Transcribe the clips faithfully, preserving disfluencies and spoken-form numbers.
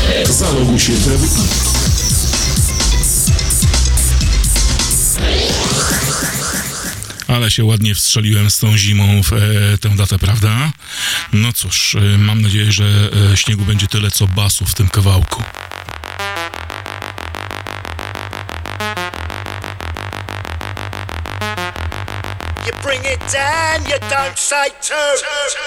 Zaloguj się, wypij. Ale się ładnie wstrzeliłem z tą zimą w e, tę datę, prawda? No cóż, e, mam nadzieję, że e, śniegu będzie tyle, co basu w tym kawałku. You bring it down, you don't say two.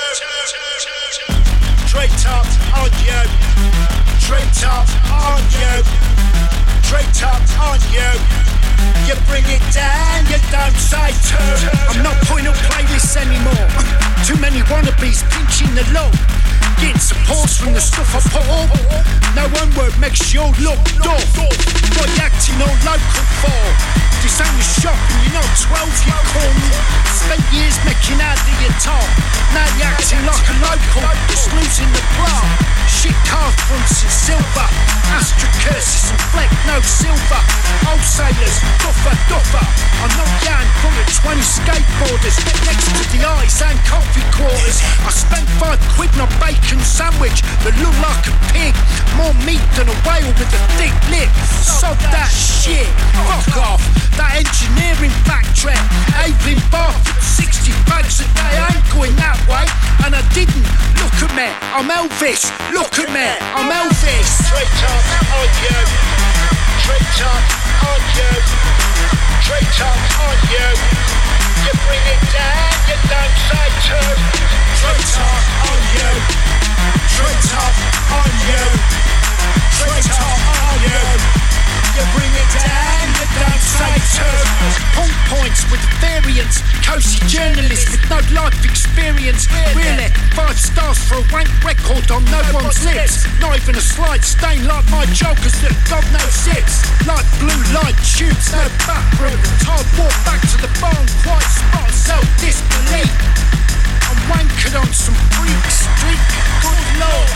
Straight up on you. Straight up on you. Straight up on you. You bring it down, you don't say two. I'm not putting up playlists anymore. Too many wannabes pinching the low. Getting support from the stuff I put up. No one word makes you look duff. What you acting all local for? This ain't a shop and you're not twelve, you cunt. Spent years making out of your top. Now you're acting like a local that's losing the plot. Shit car fronts in silver. Astra curses and fleck, no silver. Wholesalers, duffer, duffer. I'm not young, full of twenty skateboarders next to the eyes and coffee quarters. I spent five quid on a bacon sandwich that looked like a pig. More meat than a whale with a thick lip. Sod that shit, fuck off. That engineering backtrack. Abeling bath at sixty bags a day. I ain't going that way. And I didn't. Look at me, I'm Elvis. Look at me, I'm Elvis. Straight up on you. Straight up on you. Straight up on you. You bring it down, you don't say two. Straight up on you. Straight up on you. Straight up on you. You bring it down, you don't say two. Point points with variance. Cozy journalist with no life experience. Really, five stars for a wank record on no one's lips. Not even a slight stain like my jokers that God knows zips. Like blue light tubes, no bathroom. Hard walk back to the barn, quiet spot, self-disbelief. I'm wankered on some freak street, good lord.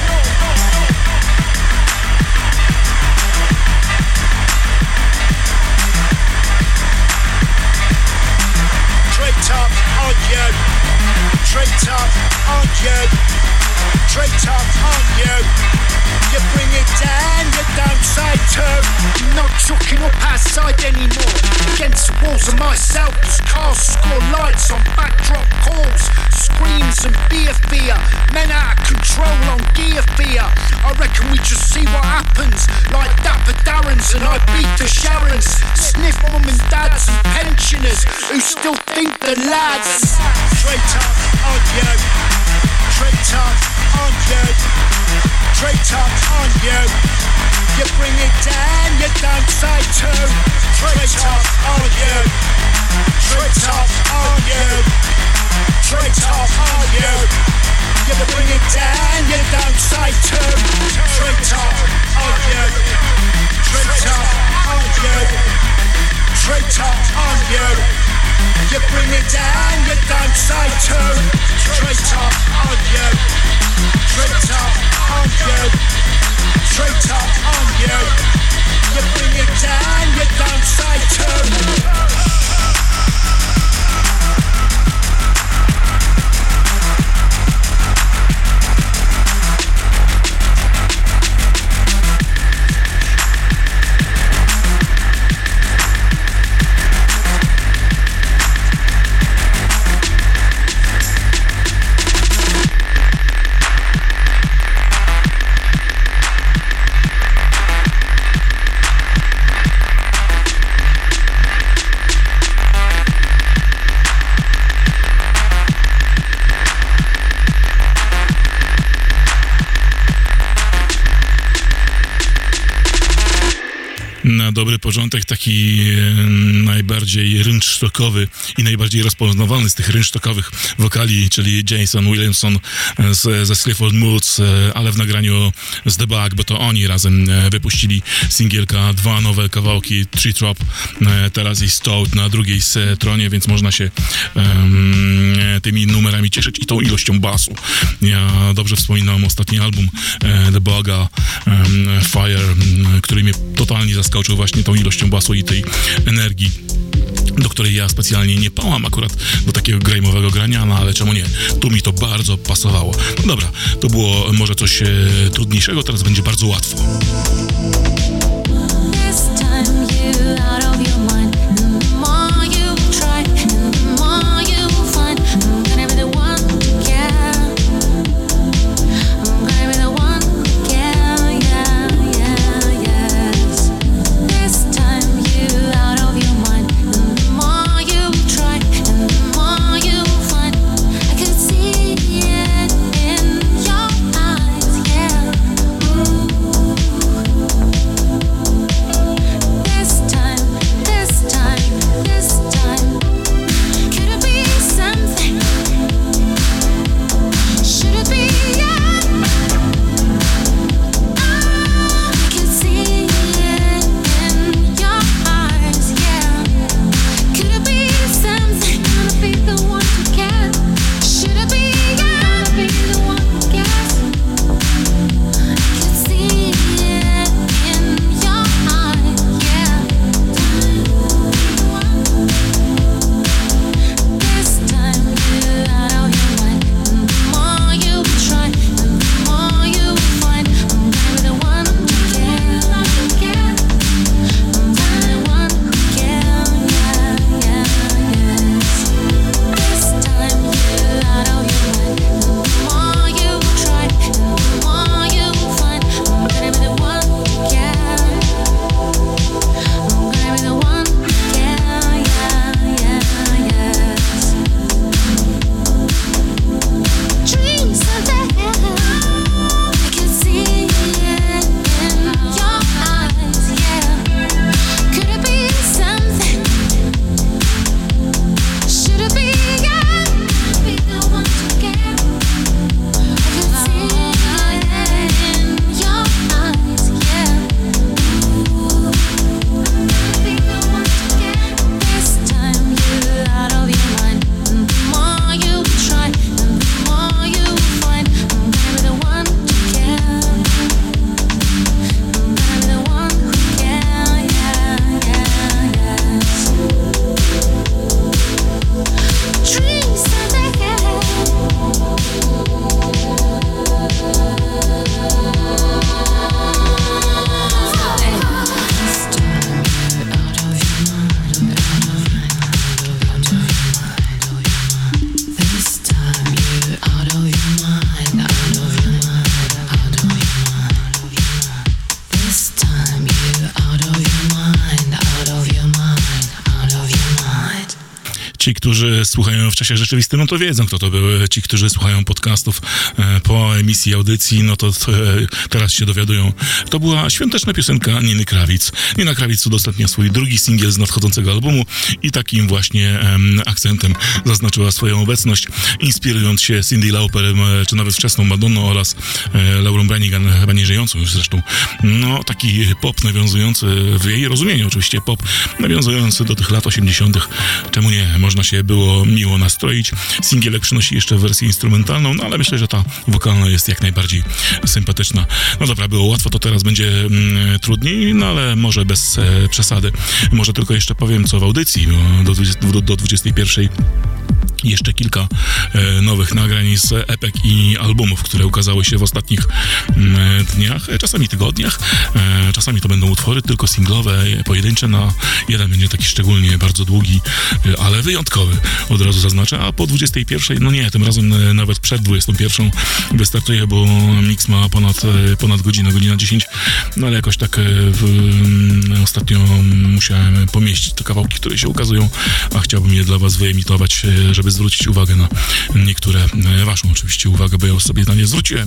Straight up on you. Straight up on you. Straight up on you. You bring it down, you don't say two. I'm not chucking up outside anymore. Against the walls of myself, as cars score lights on backdrop calls. Screams and beer fear. Men out of control on gear fear. I reckon we just see what happens. Like Dapper Darrens and I beat the Sharons. Sniff mum and dads and pensioners who still think they're lads. Straight up on you. Straight up on you. Straight up on you. You bring it down, you don't say two. Straight up on you. Straight up on you. Straight up on you. You bring it down, you don't say two. Straight up on you. Straight up on you. Straight up on you. You bring it down, you don't say two. Straight up on you. Straight up on you. Straight up on you. You bring it down, you don't say two. Na dobry początek taki e, najbardziej rynsztokowy i najbardziej rozpoznawalny z tych rynsztokowych wokali, czyli Jason Williamson z, ze Sleaford Moods, e, ale w nagraniu z The Bug, bo to oni razem e, wypuścili singielka, dwa nowe kawałki, Tree Trop, e, teraz i Stout na drugiej stronie, więc można się e, tymi numerami cieszyć i tą ilością basu. Ja dobrze wspominam ostatni album e, The Buga, e, Fire, e, który mnie totalnie zaskoczył właśnie tą ilością basu i tej energii. do której ja specjalnie nie pałam akurat do takiego grajmowego grania, no ale czemu nie? Tu mi to bardzo pasowało. No dobra, to było może coś e, trudniejszego, teraz będzie bardzo łatwo. Ci, którzy słuchają w czasie rzeczywistym, no to wiedzą, kto to był. Ci, którzy słuchają podcastów e, po emisji audycji, no to e, teraz się dowiadują. To była świąteczna piosenka Niny Krawic. Nina Krawic udostępniła swój drugi singiel z nadchodzącego albumu i takim właśnie e, akcentem zaznaczyła swoją obecność, inspirując się Cyndi Lauperem, e, czy nawet wczesną Madonną oraz e, Laurą Branigan, chyba nie żyjącą już zresztą. No, taki pop nawiązujący, w jej rozumieniu oczywiście, pop nawiązujący do tych lat osiemdziesiątych. Czemu nie? Można się było miło nastroić. Singielek przynosi jeszcze wersję instrumentalną, no ale myślę, że ta wokalna jest jak najbardziej sympatyczna. No dobra, było łatwo, to teraz będzie mm, trudniej, no ale może bez e, przesady. Może tylko jeszcze powiem, co w audycji do, do, do dwudziestej pierwszej. Jeszcze kilka e, nowych nagrań z epek i albumów, które ukazały się w ostatnich m, dniach, czasami tygodniach. E, czasami to będą utwory tylko singlowe, pojedyncze. No, jeden będzie taki szczególnie bardzo długi, e, ale wyjątkowy, od razu zaznaczę. A po dwudziestej pierwszej, no nie, tym razem e, nawet przed dwudziestą pierwszą wystartuje, bo mix ma ponad, e, ponad godzinę, godzina dziesięć. No ale jakoś tak e, w, e, ostatnio musiałem pomieścić te kawałki, które się ukazują, a chciałbym je dla was wyemitować, e, żeby zwrócić uwagę na niektóre, waszą oczywiście uwagę, bo ja już sobie na nie zwróciłem.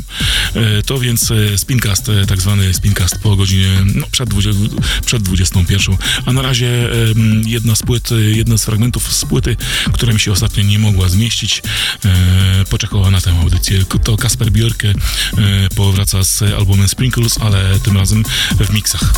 To więc spincast, tak zwany spincast po godzinie, no, przed, przed dwudziestą pierwszą. A na razie jedna z płyt, jedna z fragmentów z płyty, która mi się ostatnio nie mogła zmieścić, poczekała na tę audycję. To Kasper Björke powraca z albumem Sprinkles, ale tym razem w miksach.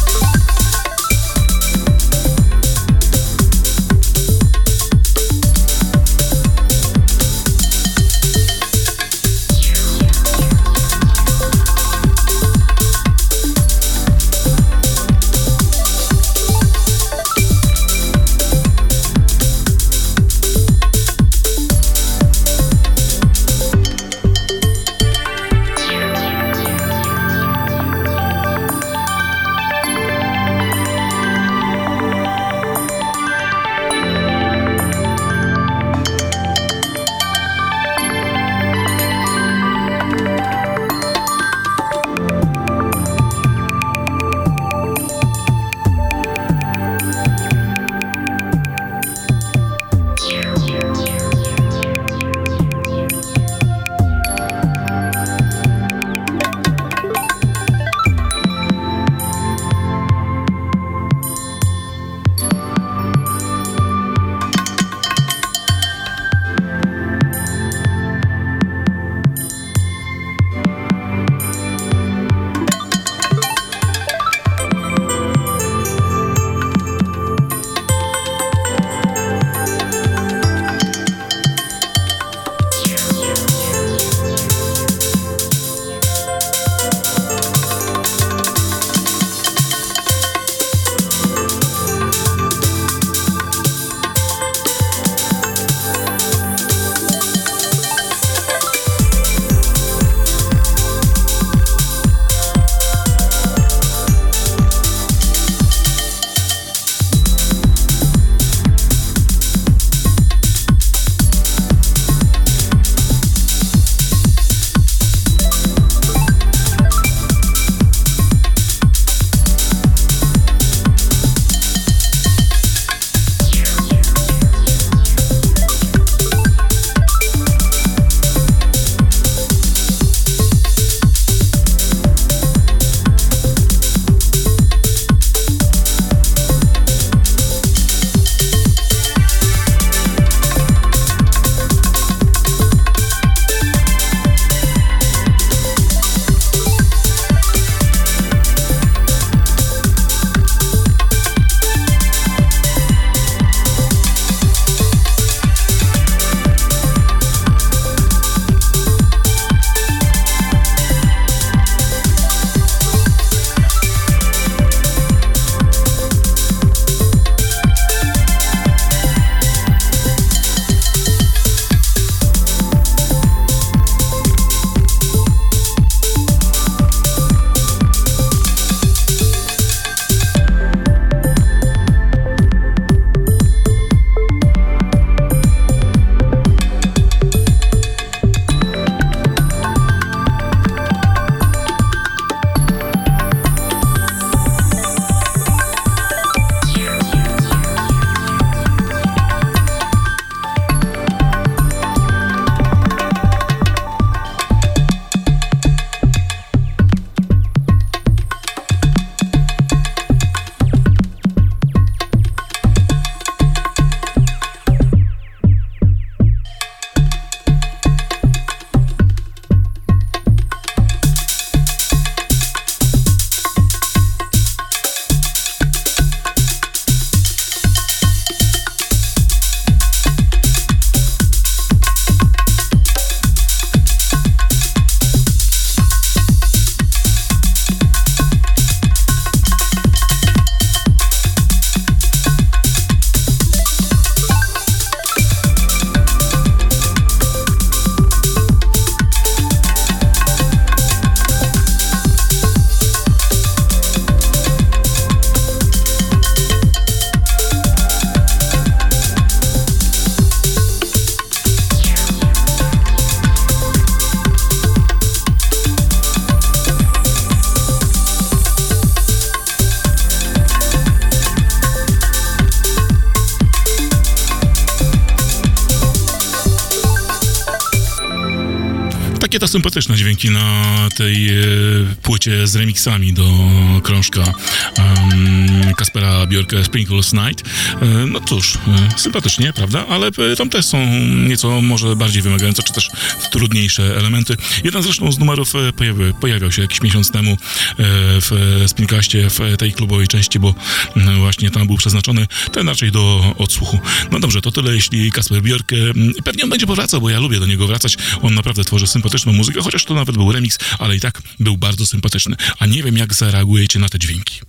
takie to sympatyczne dźwięki na tej e, płycie z remixami do krążka um, Kaspera Björka Sprinkles Night. E, no cóż, e, sympatycznie, prawda? Ale e, tam też są nieco może bardziej wymagające, czy też trudniejsze elementy. Jeden zresztą z numerów e, pojawił, pojawiał się jakiś miesiąc temu e, w Spinkaście, w tej klubowej części, bo e, właśnie tam był przeznaczony, ten raczej do odsłuchu. No dobrze, to tyle, jeśli Kasper Björk. E, pewnie on będzie powracał, bo ja lubię do niego wracać. On naprawdę tworzy sympatyczną muzykę, chociaż to nawet był remix, ale i tak był bardzo sympatyczny. A nie wiem, jak zareagujecie na te dźwięki.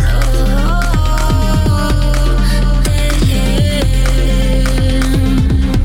Te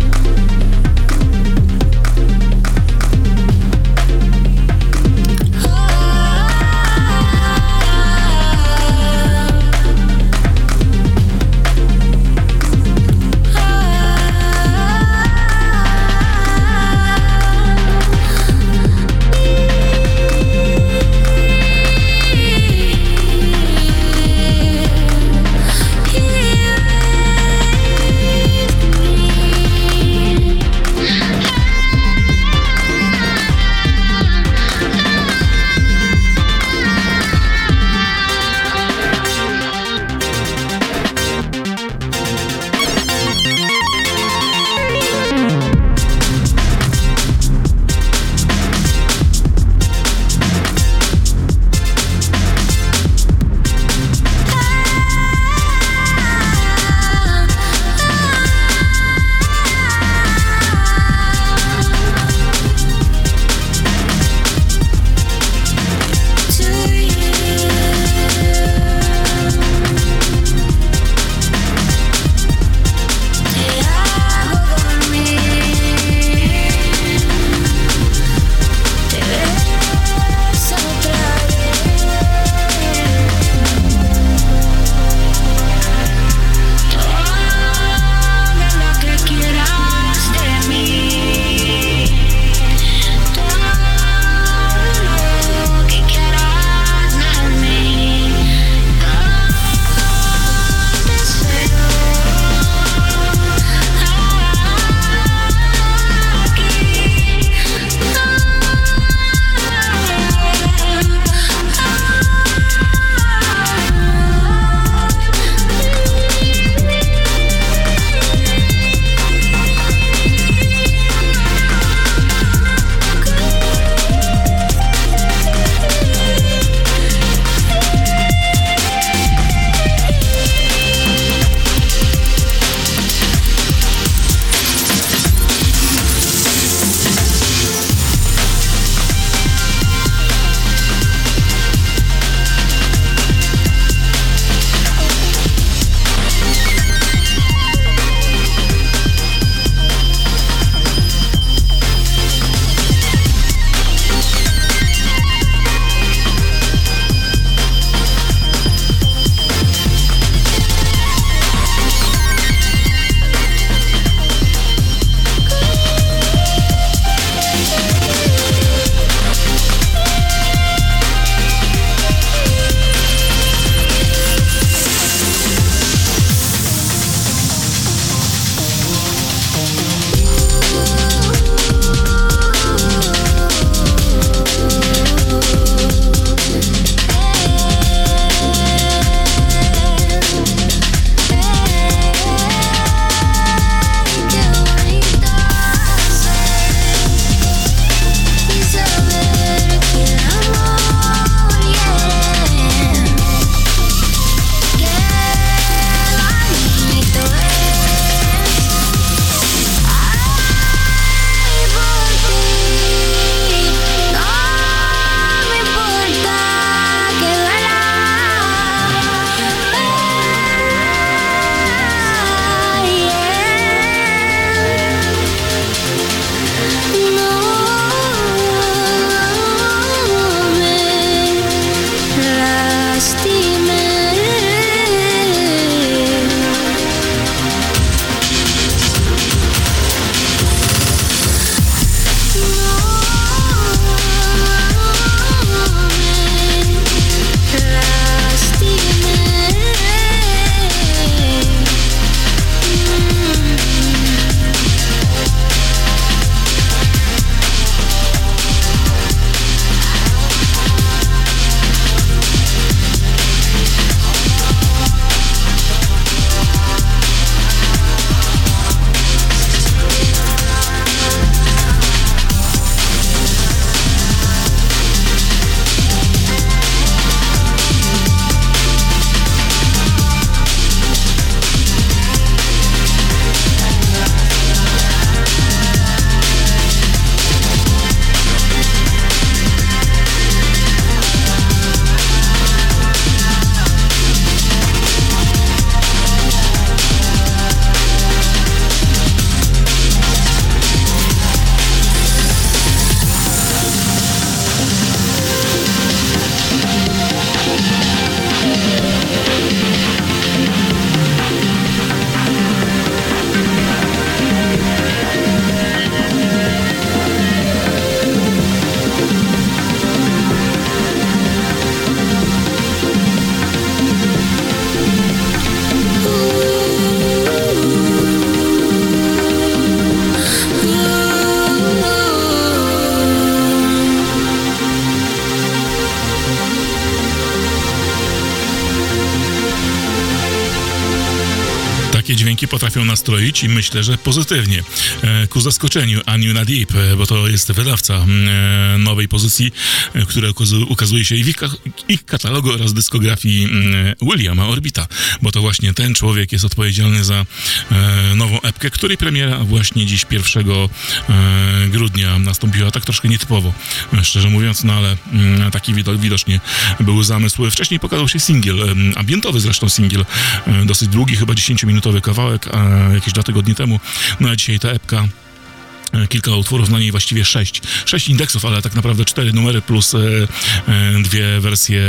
takie dźwięki potrafią nastroić i myślę, że pozytywnie. E, ku zaskoczeniu Anu Nadib, e, bo to jest wydawca e, nowej pozycji, e, która ukazu- ukazuje się i w ich, ich katalogu oraz dyskografii e, Williama Orbita, bo to właśnie ten człowiek jest odpowiedzialny za e, nową epkę, której premiera właśnie dziś pierwszego e, grudnia nastąpiła, tak troszkę nietypowo, e, szczerze mówiąc, no ale e, taki widok, widocznie był zamysł. Wcześniej pokazał się singiel, e, ambientowy zresztą singiel, e, dosyć długi, chyba dziesięciominutowy kawałek, e, jakieś dwa tygodnie temu, no a dzisiaj ta epka, kilka utworów, na niej właściwie sześć. Sześć indeksów, ale tak naprawdę cztery numery plus e, e, dwie wersje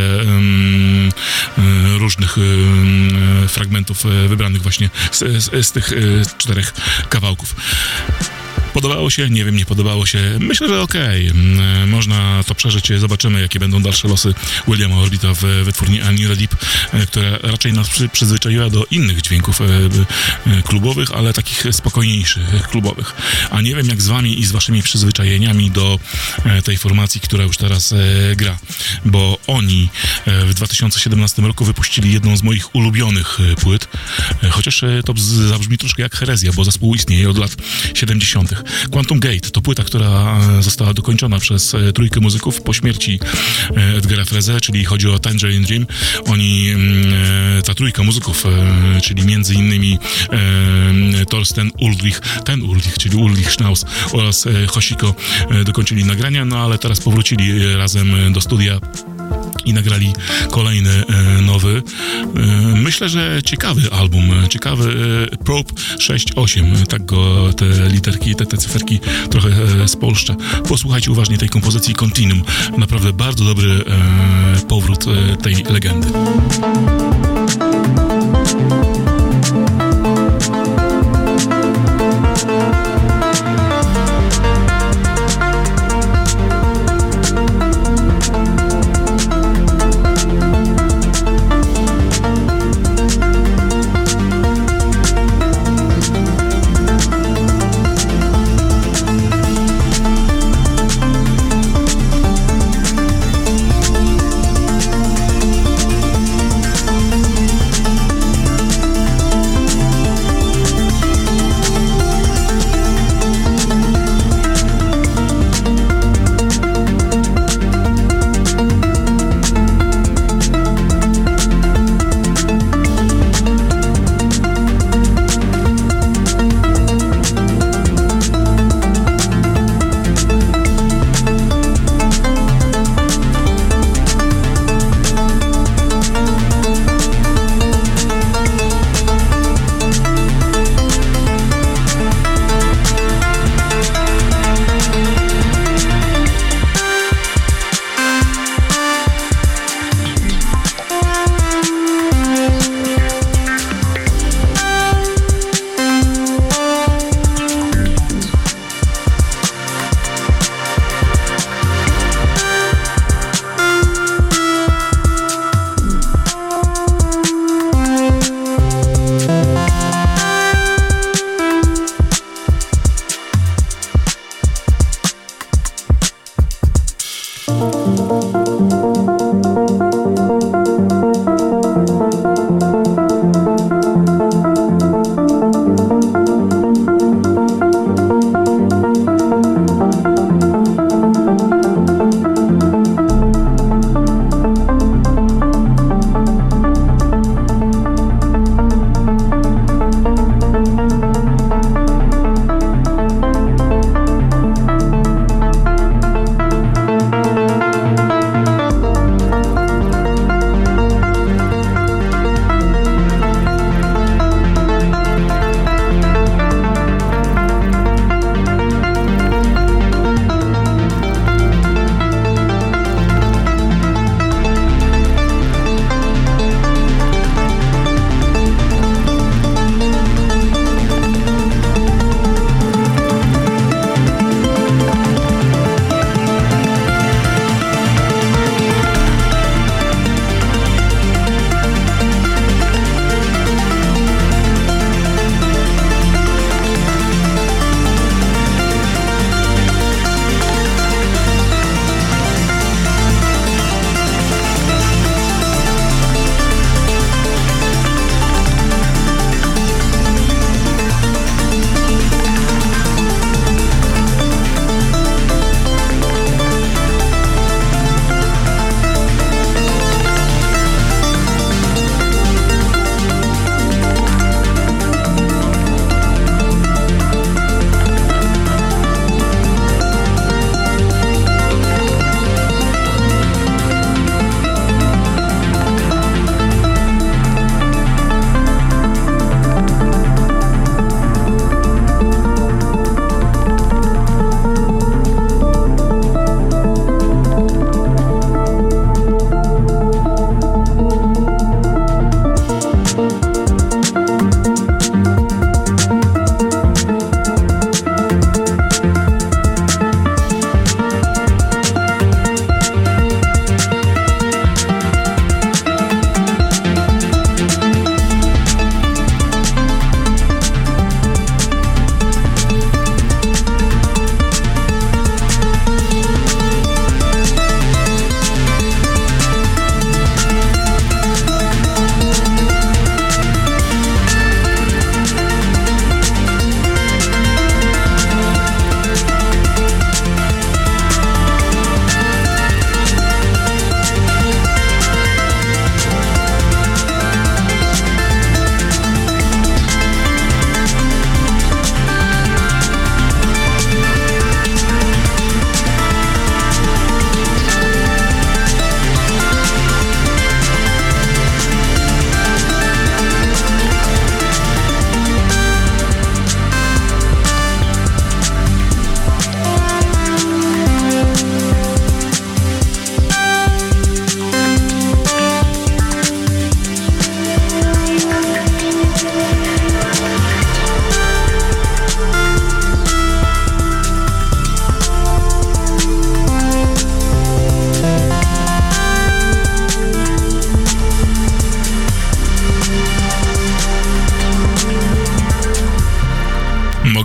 e, różnych e, fragmentów e, wybranych właśnie z, z, z tych e, czterech kawałków. Podobało się? Nie wiem, nie podobało się. Myślę, że okej. Okay. Można to przeżyć. Zobaczymy, jakie będą dalsze losy Williama Orbita w wytwórni Anu Nadib, która raczej nas przy, przyzwyczaiła do innych dźwięków e, e, klubowych, ale takich spokojniejszych, klubowych. A nie wiem, jak z wami i z waszymi przyzwyczajeniami do e, tej formacji, która już teraz e, gra. Bo oni e, w dwa tysiące siedemnastym roku wypuścili jedną z moich ulubionych e, płyt, e, chociaż e, to zabrzmi troszkę jak herezja, bo zespół istnieje od lat siedemdziesiątych. Quantum Gate to płyta, która została dokończona przez e, trójkę muzyków po śmierci e, Edgara Freze, czyli chodzi o Tangerine Dream. Oni, e, ta trójka muzyków, e, czyli między innymi e, Thorsten Ulrich, ten Ulrich, czyli Ulrich Schnauz oraz e, Hoshiko e, dokończyli nagrania, no ale teraz powrócili razem do studia i nagrali kolejny e, nowy, e, myślę, że ciekawy album, ciekawy e, Probe sześć osiem, tak go te literki, te, te cyferki trochę e, spolszczę. Posłuchajcie uważnie tej kompozycji Continuum, naprawdę bardzo dobry e, powrót e, tej legendy.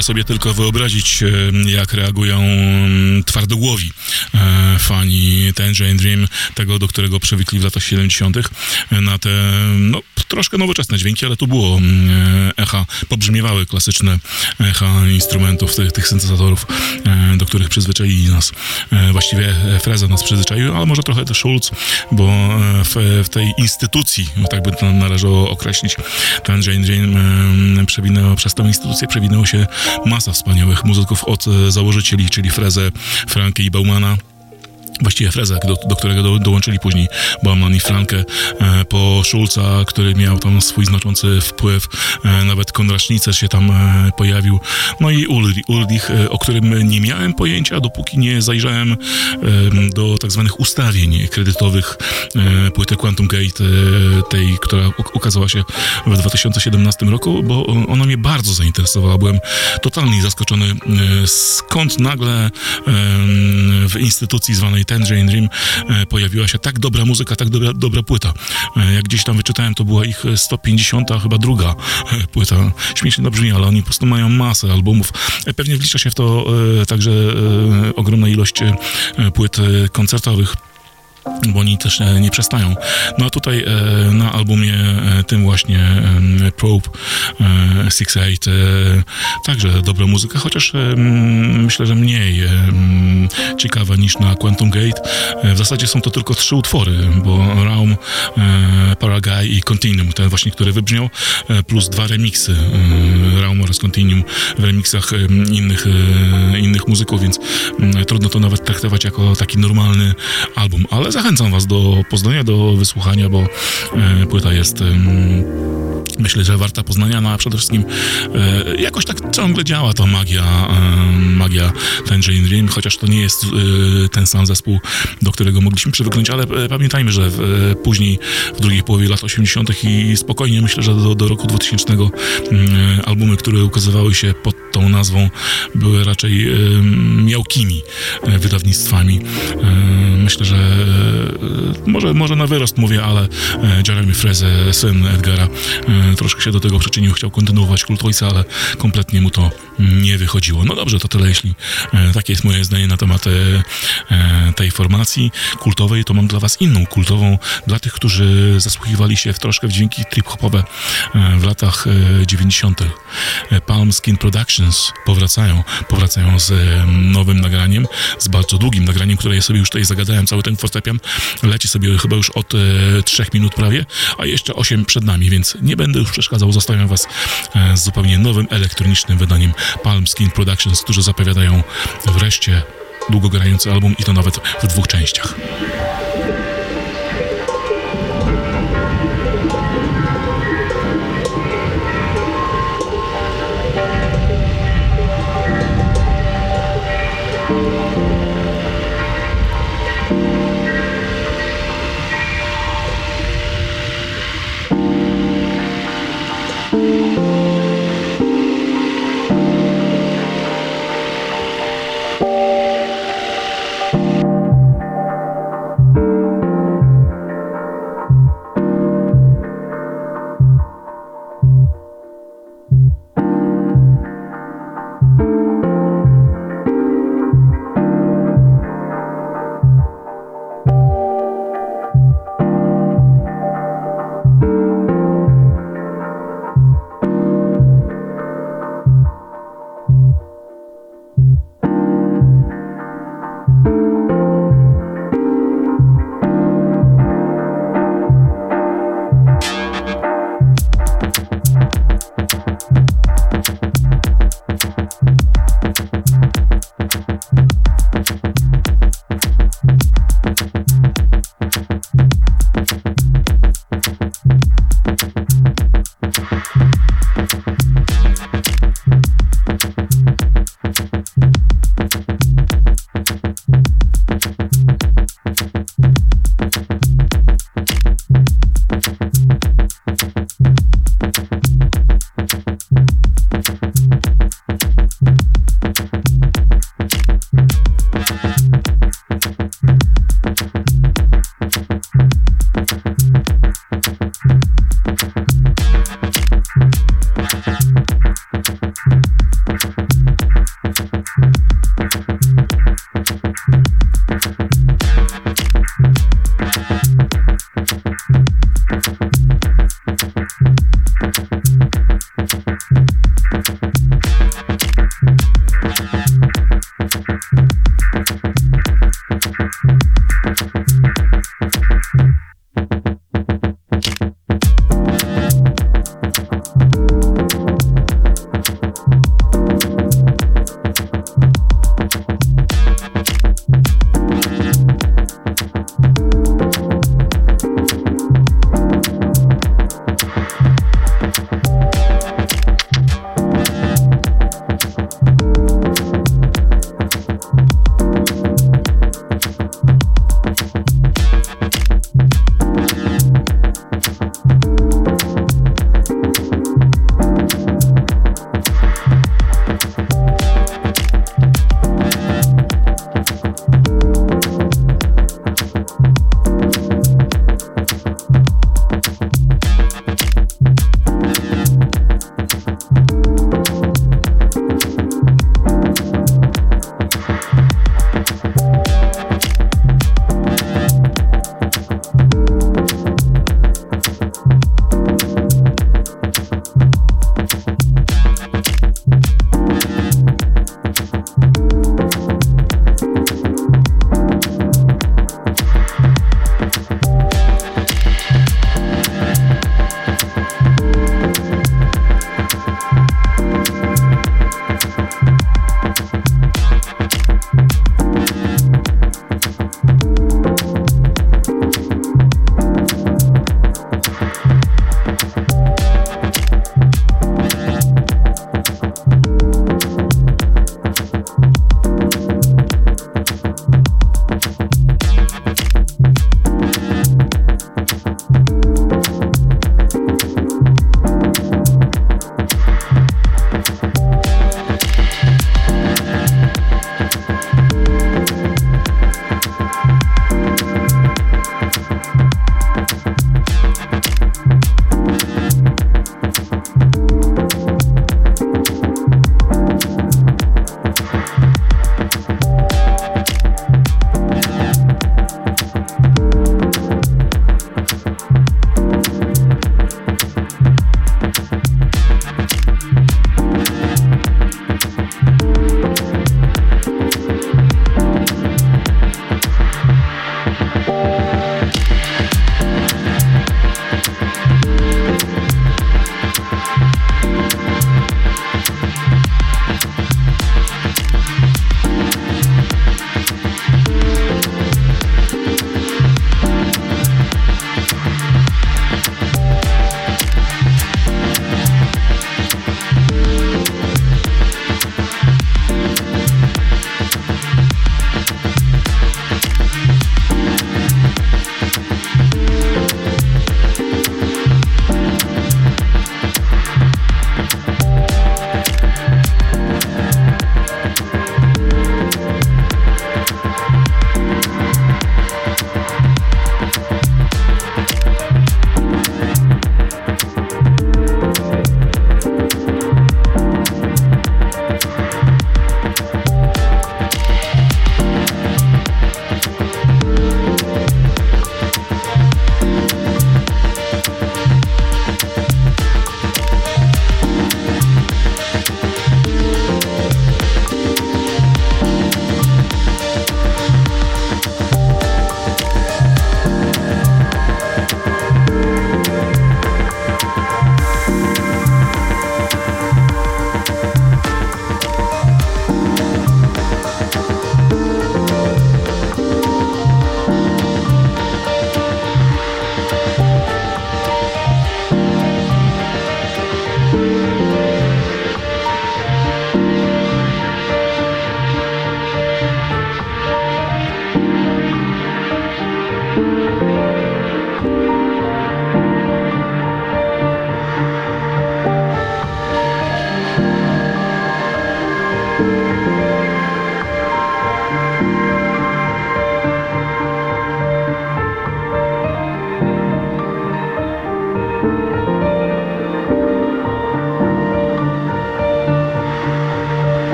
mogę sobie tylko wyobrazić, jak reagują twardogłowi fani Tangerine Dream, tego, do którego przywykli w latach siedemdziesiątych, na te, no, troszkę nowoczesne dźwięki, ale tu było echa, pobrzmiewały klasyczne echa instrumentów, tych, tych syntezatorów, do których przyzwyczaili nas. Właściwie Freza nas przyzwyczaił, ale może trochę też Schulz, bo w, w tej instytucji, tak by to należało określić, Tangerine Dream przewinęło, przez tę instytucję przewinęło się masa wspaniałych muzyków od założycieli, czyli Frezę, Frankę i Baumana. Właściwie Frezę, do, do którego do, dołączyli później Bauman i Frankę, e, po Schulza, który miał tam swój znaczący wpływ, e, nawet Konrad Schnitzer się tam e, pojawił, no i Ulrich, Ulrich e, o którym nie miałem pojęcia, dopóki nie zajrzałem e, do tak zwanych ustawień kredytowych e, płyty Quantum Gate, e, tej, która ukazała się w dwa tysiące siedemnastym roku, bo ona mnie bardzo zainteresowała. Byłem totalnie zaskoczony, e, skąd nagle e, w instytucji zwanej Tangerine Dream e, pojawiła się tak dobra muzyka, tak dobra, dobra płyta. E, jak gdzieś tam wyczytałem, to była ich sto pięćdziesiąta chyba druga e, płyta. Śmiesznie to brzmi, ale oni po prostu mają masę albumów. E, pewnie wlicza się w to e, także e, ogromna ilość e, płyt e, koncertowych, bo oni też nie przestają. No a tutaj e, na albumie e, tym właśnie e, Probe e, six eight e, także dobra muzyka, chociaż e, myślę, że mniej e, ciekawa niż na Quantum Gate. E, w zasadzie są to tylko trzy utwory, bo Raum, e, Paraguay i Continuum, ten właśnie, który wybrzmiał, e, plus dwa remiksy e, Raum oraz Continuum w remiksach e, innych, e, innych muzyków, więc e, trudno to nawet traktować jako taki normalny album, ale zachęcam was do poznania, do wysłuchania, bo e, płyta jest e, myślę, że warta poznania, no a przede wszystkim e, jakoś tak ciągle działa ta magia e, magia Tangerine Dream, chociaż to nie jest e, ten sam zespół, do którego mogliśmy przywyknąć, ale e, pamiętajmy, że w, e, później w drugiej połowie lat osiemdziesiątych i spokojnie myślę, że do, do roku dwutysięcznego e, albumy, które ukazywały się pod tą nazwą, były raczej e, miałkimi e, wydawnictwami. E, myślę, że e, może, może na wyrost mówię, ale e, Jeremy Freze, syn Edgara, e, troszkę się do tego przyczynił, chciał kontynuować kult ojca, ale kompletnie mu to nie wychodziło. No dobrze, to tyle, jeśli e, takie jest moje zdanie na temat e, e, tej formacji kultowej, to mam dla was inną kultową, dla tych, którzy zasłuchiwali się w troszkę w dźwięki trip-hopowe e, w latach e, dziewięćdziesiątych. E, Palm Skin Productions powracają, powracają z e, nowym nagraniem, z bardzo długim nagraniem, które ja sobie już tutaj zagadałem, cały ten fortepian leci sobie chyba już od e, trzech minut prawie, a jeszcze osiem przed nami, więc nie będę już przeszkadzał, zostawiam was e, z zupełnie nowym, elektronicznym wydaniem Palm Skin Productions, którzy zapowiadają wreszcie długogrający album i to nawet w dwóch częściach.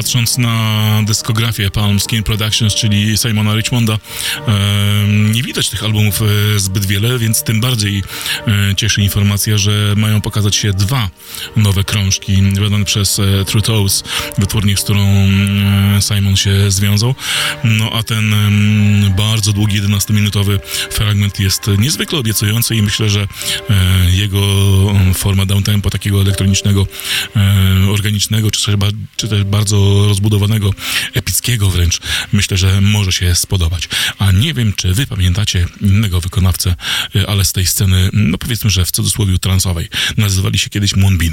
patrząc na dyskografię Palm Skin Productions, czyli Simona Richmonda, nie widać tych albumów zbyt wiele, więc tym bardziej cieszy informacja, że mają pokazać się dwa nowe krążki wydane przez True Toes, wytwórnię, z którą Simon się związał. No a ten bardzo długi, jedenastominutowy fragment jest niezwykle obiecujący i myślę, że jego forma downtempo, takiego elektronicznego, organicznego, czy też, czy też bardzo rozbudowanego, epickiego wręcz, myślę, że może się spodobać. A nie wiem, czy wy pamiętacie innego wykonawcę, ale z tej sceny, no powiedzmy, że w cudzysłowie transowej. Nazywali się kiedyś Moonbeam.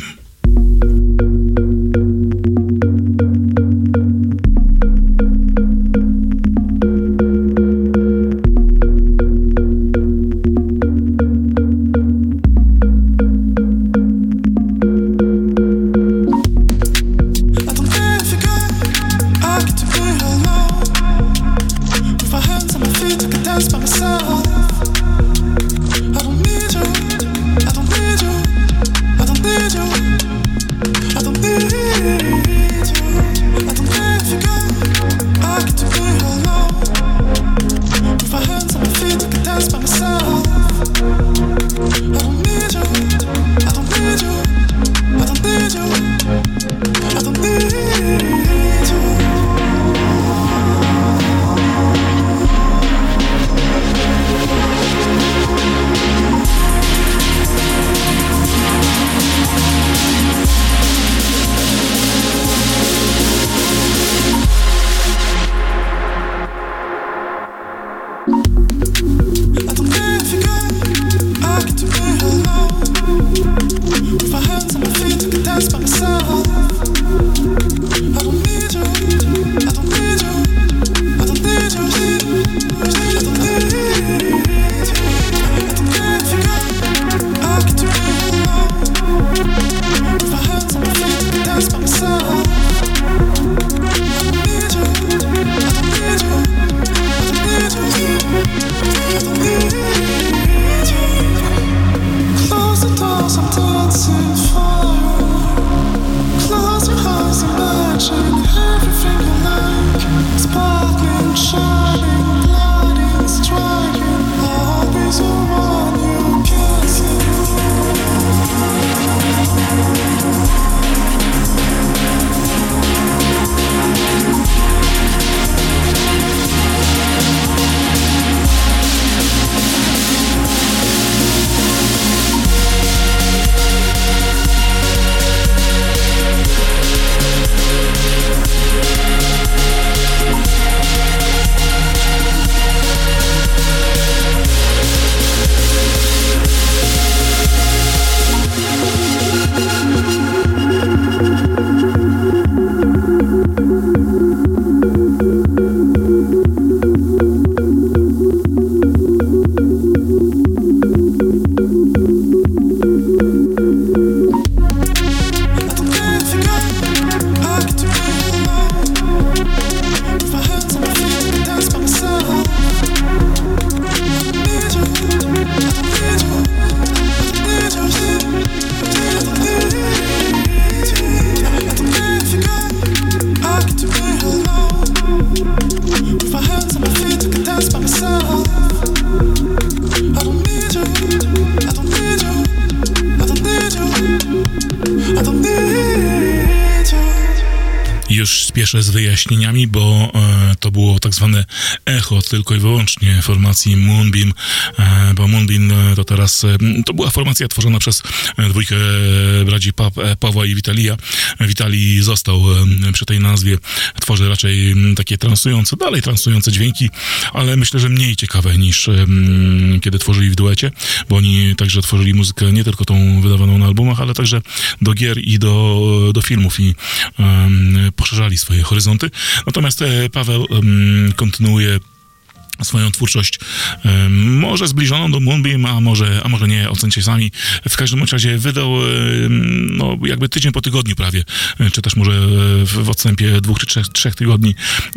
Już spieszę z wyjaśnieniami, bo e, to było tak zwane echo tylko i wyłącznie formacji Moonbeam, e, bo Moonbeam e, to teraz, e, to była formacja tworzona przez e, dwójkę braci pa, e, Pawła i Witalija. Witali został e, przy tej nazwie, tworzy raczej m, takie transujące, dalej transujące dźwięki, ale myślę, że mniej ciekawe niż e, m, kiedy tworzyli w duecie, bo oni także tworzyli muzykę nie tylko tą wydawaną na albumach, ale także do gier i do, do filmów i e, poszerzali swoje horyzonty. Natomiast e, Paweł e, kontynuuje swoją twórczość e, może zbliżoną do Moonbeam, a może, a może nie, ocencie sami. W każdym razie wydał e, no, jakby tydzień po tygodniu prawie, e, czy też może w, w odstępie dwóch czy trzech, trzech tygodni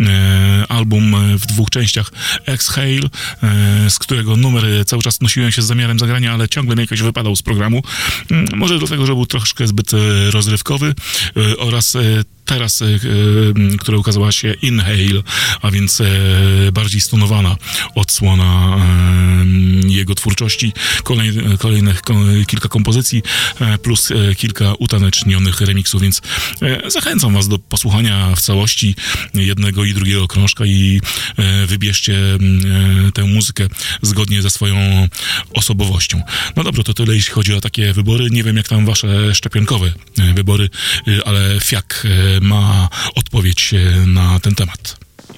e, album w dwóch częściach Exhale, e, z którego numer cały czas nosiłem się z zamiarem zagrania, ale ciągle mi jakoś wypadał z programu. E, może dlatego, że był troszkę zbyt rozrywkowy e, oraz e, teraz, która ukazała się Inhale, a więc bardziej stonowana odsłona jego twórczości, kolejnych, kolejnych kilka kompozycji plus kilka utanecznionych remiksów, więc zachęcam was do posłuchania w całości jednego i drugiego krążka i wybierzcie tę muzykę zgodnie ze swoją osobowością. No dobrze, to tyle jeśli chodzi o takie wybory. Nie wiem jak tam wasze szczepionkowe wybory, ale Fiak ma odpowiedź na ten temat.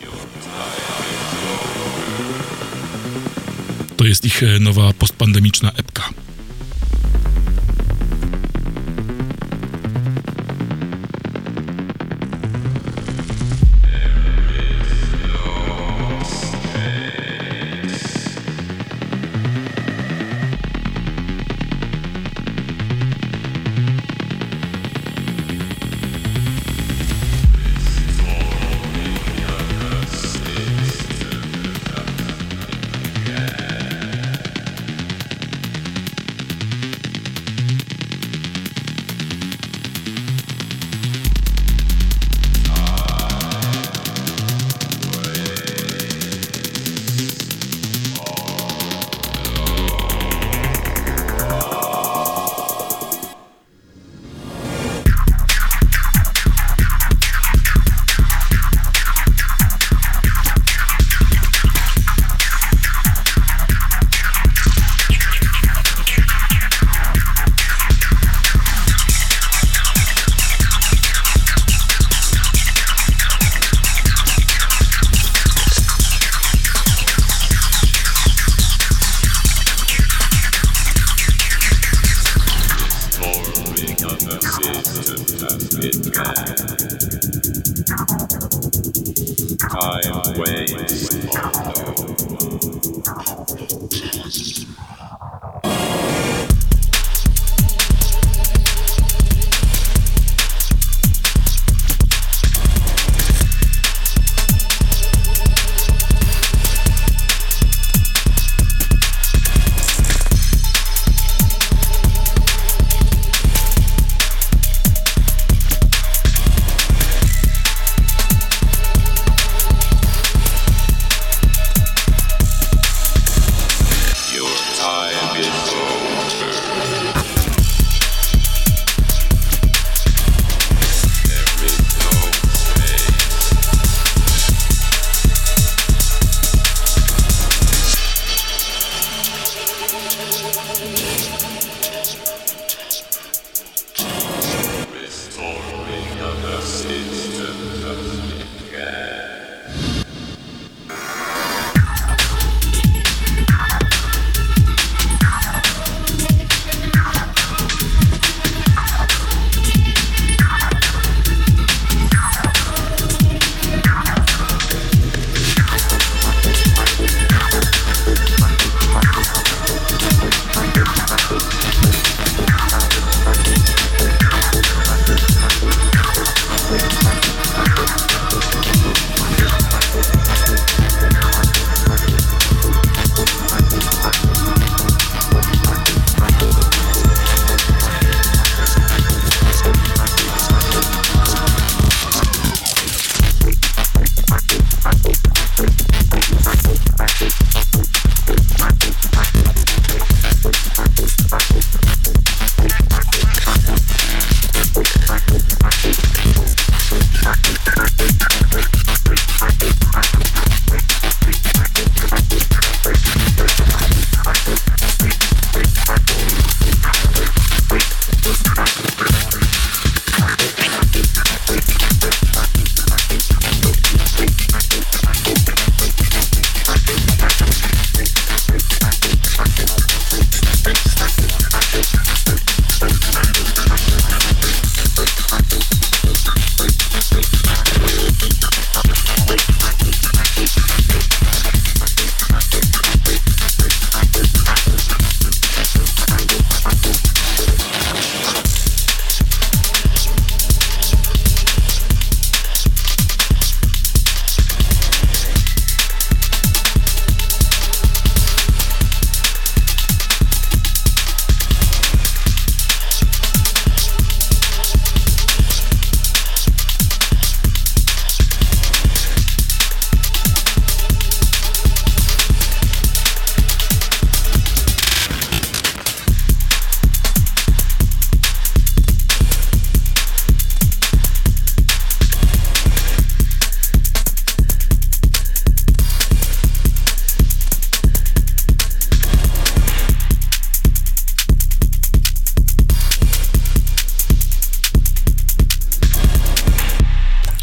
To jest ich nowa postpandemiczna epka.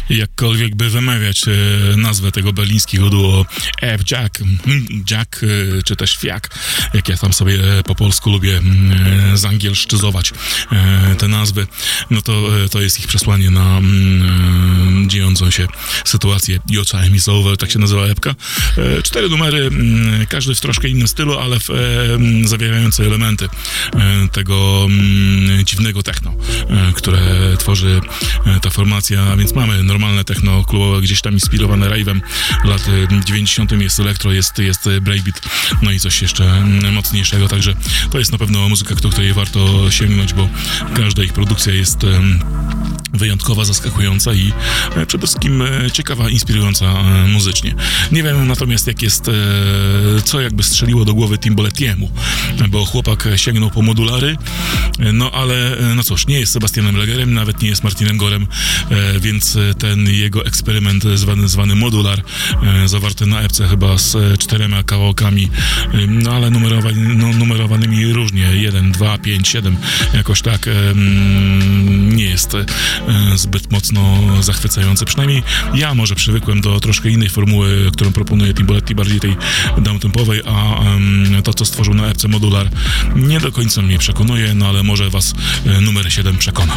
jakkolwiek by wymawiać e, nazwę tego berlińskiego duo F. Jack, Jack e, czy też Fiak, jak ja tam sobie po polsku lubię e, zangielszczyzować e, te nazwy, no to, e, to jest ich przesłanie na e, dziejącą się sytuację. Your time is over, tak się nazywa epka. E, cztery numery, e, każdy w troszkę innym stylu, ale w, e, zawierające elementy e, tego e, dziwnego techno, e, które tworzy e, ta formacja, a więc mamy normalne techno klubowe, gdzieś tam inspirowane rave'em lat dziewięćdziesiątych, jest elektro, jest, jest breakbeat, no i coś jeszcze mocniejszego, także to jest na pewno muzyka, do której warto sięgnąć, bo każda ich produkcja jest wyjątkowa, zaskakująca i przede wszystkim ciekawa, inspirująca muzycznie. Nie wiem natomiast, jak jest, co jakby strzeliło do głowy Timboletiemu, bo chłopak sięgnął po modulary, no ale no cóż, nie jest Sebastianem Legerem, nawet nie jest Martinem Gorem, więc ten jego eksperyment zwany, zwany modular, zawarty na epce chyba z czterema kawałkami, no ale numerowani, no, numerowanymi różnie, jeden, dwa, pięć, siedem, jakoś tak, nie jest zbyt mocno zachwycający. Przynajmniej ja może przywykłem do troszkę innej formuły, którą proponuje Timboletti, bardziej tej downtempowej, a to, co stworzył na epce modular, nie do końca mnie przekonuje, no ale może was numer siedem przekona.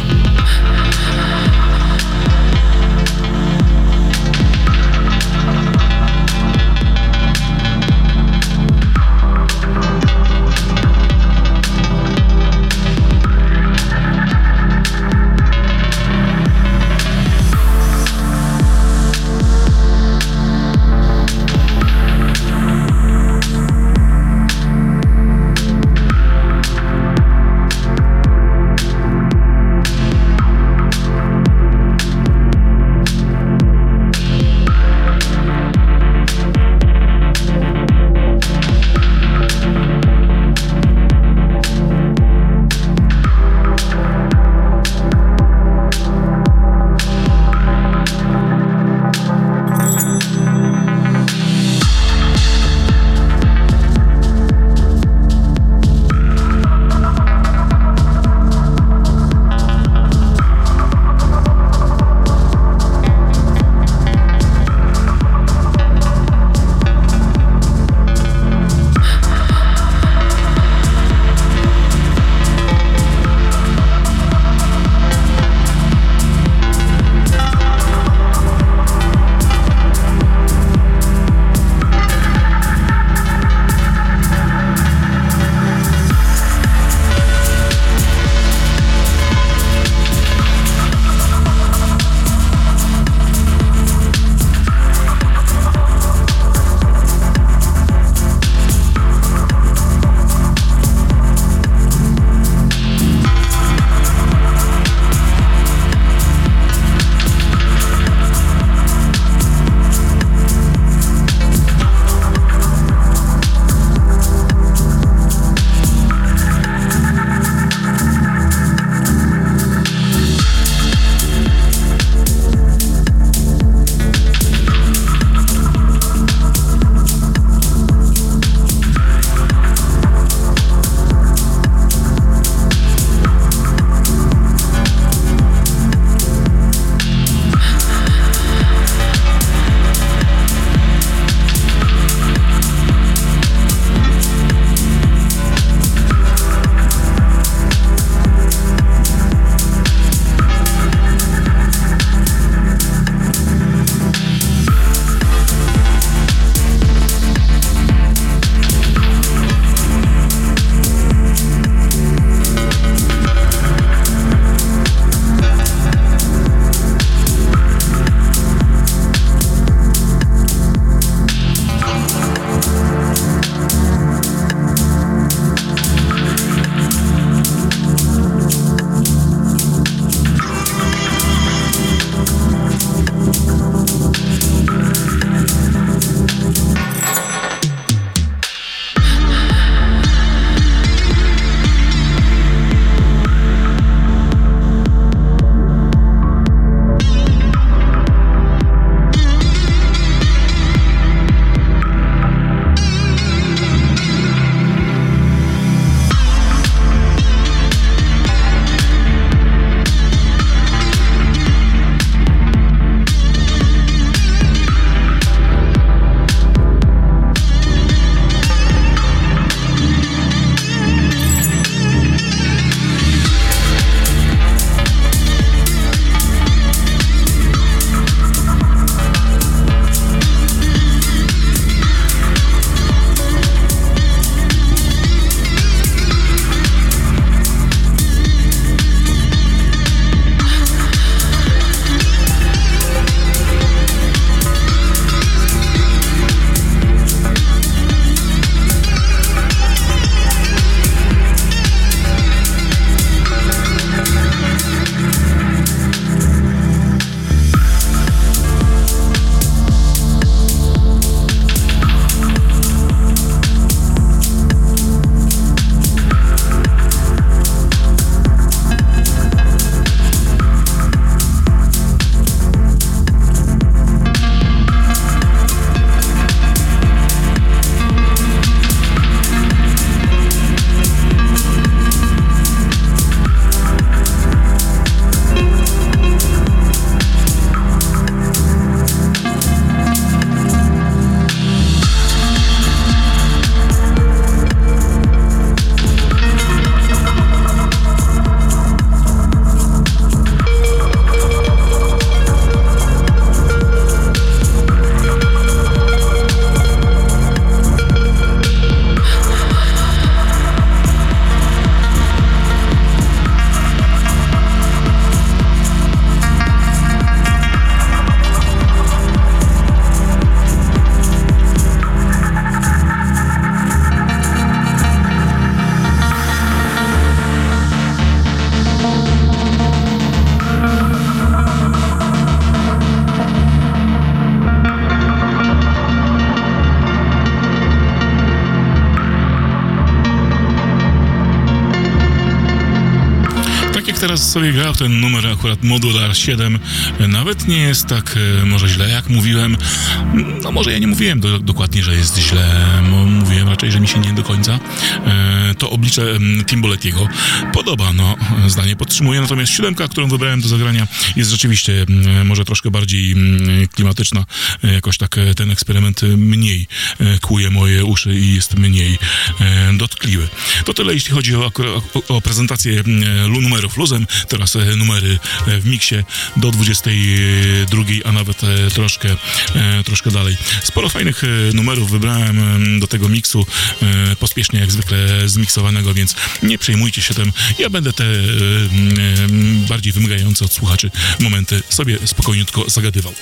teraz sobie grał ten numer, akurat Modular siedem, nawet nie jest tak może źle, jak mówiłem. No może ja nie mówiłem do, dokładnie, że jest źle, mówiłem raczej, że mi się nie do końca to oblicze Timboletiego podoba, no zdanie podtrzymuję, natomiast siódemka, którą wybrałem do zagrania, jest rzeczywiście może troszkę bardziej klimatyczna, jakoś tak ten eksperyment mniej kłuje moje uszy i jest mniej dotkliwy. To tyle, jeśli chodzi o, o, o prezentację numerów luzem, teraz numery w miksie do dwudziestej drugiej, a nawet troszkę, troszkę dalej. Sporo fajnych numerów wybrałem do tego miksu, pospiesznie jak zwykle zmiksowanego, więc nie przejmujcie się tym. Ja będę te bardziej wymagające od słuchaczy momenty sobie spokojniutko zagadywał.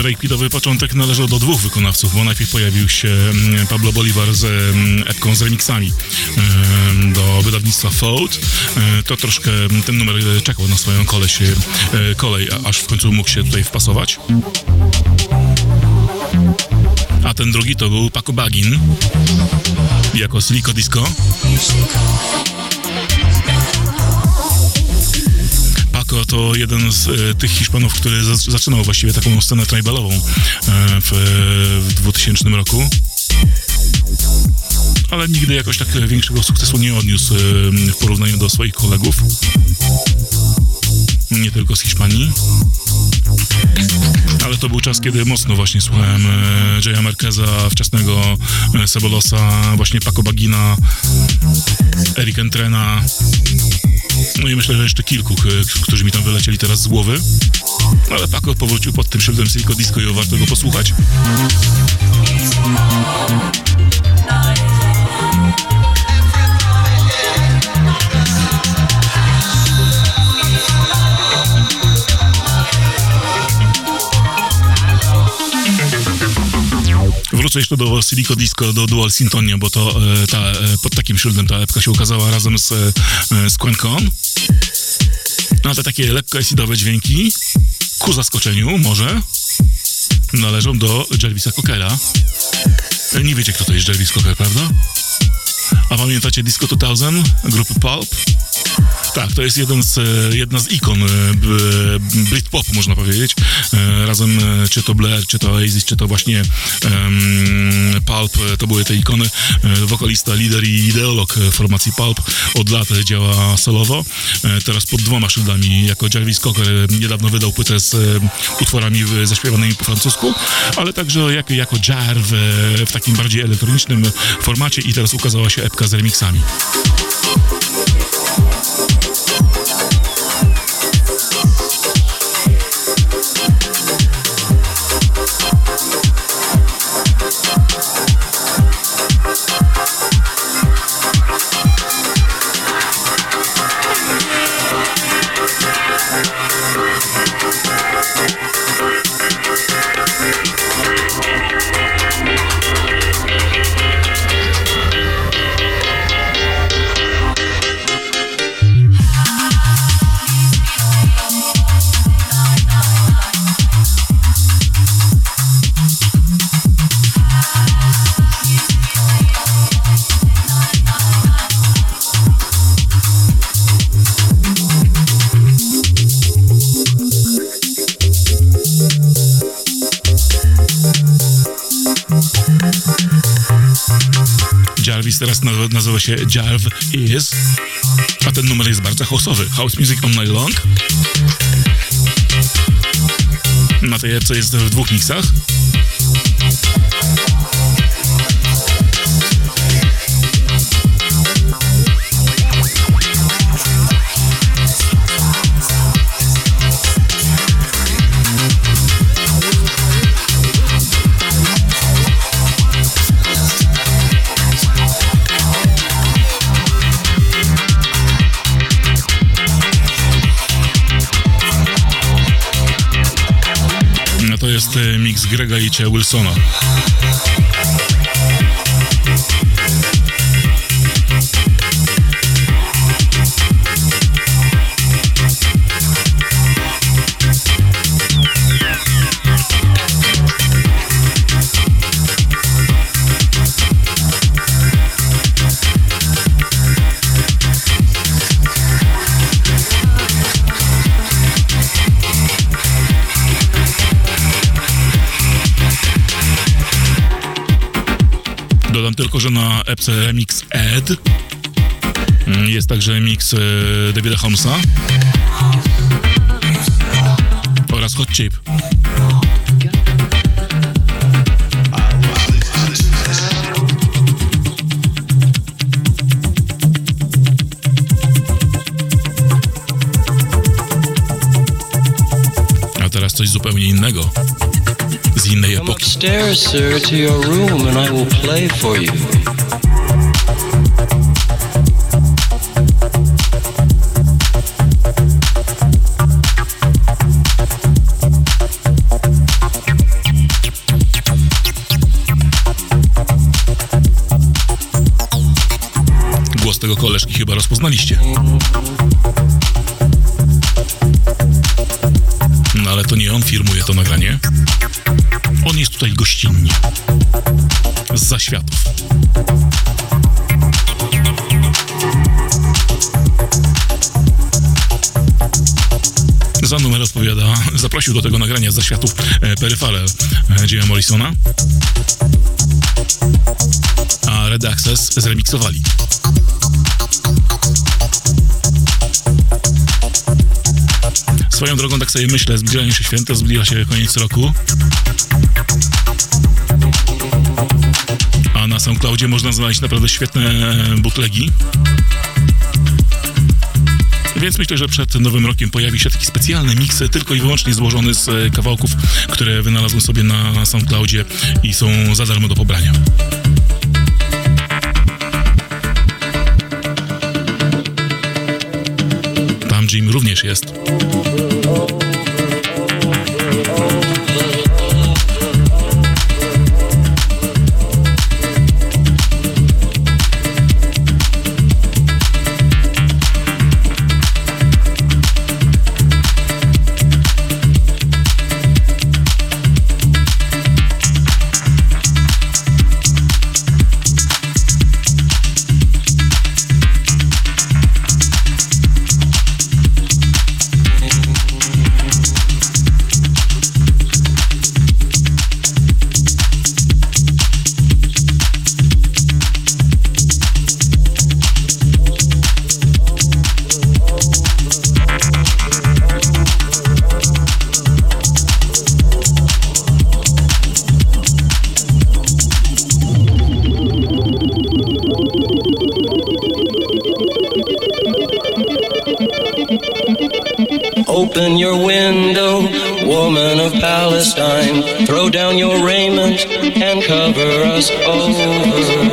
breakbeatowy początek należał do dwóch wykonawców, bo najpierw pojawił się Pablo Bolivar z epką z remixami do wydawnictwa Fold. To troszkę ten numer czekał na swoją koleś, kolej, aż w końcu mógł się tutaj wpasować. A ten drugi to był Paco Bagin jako Silico Disco. Paco to jeden z e, tych Hiszpanów, który z, zaczynał właściwie taką scenę tribalową e, w, w dwutysięcznym roku. Ale nigdy jakoś tak większego sukcesu nie odniósł e, w porównaniu do swoich kolegów. Nie tylko z Hiszpanii. Ale to był czas, kiedy mocno właśnie słuchałem e, Jaya Marqueza, wczesnego e, Sebolosa, właśnie Paco Bagina, Eric Entrena. No i myślę, że jeszcze kilku, k- którzy mi tam wylecieli teraz z głowy. Ale Paco powrócił pod tym szyldem Silico Disco i warto go posłuchać. Wrócę jeszcze do Silico Disco, do Dual Syntonia, bo to e, ta, e, pod takim szyldem ta epka się ukazała razem z, e, z Quencon. No te takie lekko acidowe dźwięki, ku zaskoczeniu może, należą do Jarvisa Cockera. E, nie wiecie, kto to jest Jarvis Cocker, prawda? A pamiętacie Disco dwa tysiące grupy Pulp? Tak, to jest jeden z, jedna z ikon Britpop, można powiedzieć. Razem, czy to Blair, czy to Oasis, czy to właśnie um, Pulp, to były te ikony. Wokalista, lider i ideolog formacji Pulp od lat działa solowo. Teraz pod dwoma szyldami, jako Jarvis Cocker niedawno wydał płytę z utworami zaśpiewanymi po francusku, ale także jako, jako jar w, w takim bardziej elektronicznym formacie i teraz ukazała się epka z remixami. Jarvis teraz nazywa się Jarv Is, a ten numer jest bardzo house'owy. House Music All Night Long. Na tej epce jest w dwóch miksach. To jest mix Grega i Cia Wilsona. Dodam tylko, że na epce remix Ed jest także remix Davida Holmesa oraz Hot Chip. A teraz coś zupełnie innego. Z innej epoki. Come upstairs, sir, to your room and I will play for you. tego koleżki chyba rozpoznaliście. No ale to nie on firmuje to nagranie. On jest tutaj gościnnie. Z zaświatów. Za numer odpowiada, zaprosił do tego nagrania z zaświatów e, Perry Farrell, e, Jima Morrisona, a Red Access zremiksowali. Swoją drogą, tak sobie myślę, zbliżają się święta, zbliża się koniec roku, a na SoundCloudzie można znaleźć naprawdę świetne bootlegi. Więc myślę, że przed nowym rokiem pojawi się taki specjalny miks, tylko i wyłącznie złożony z kawałków, które wynalazłem sobie na SoundCloudzie i są za darmo do pobrania. Tam Jim również jest. Open your window, woman of Palestine. Throw down your raiment and cover us over.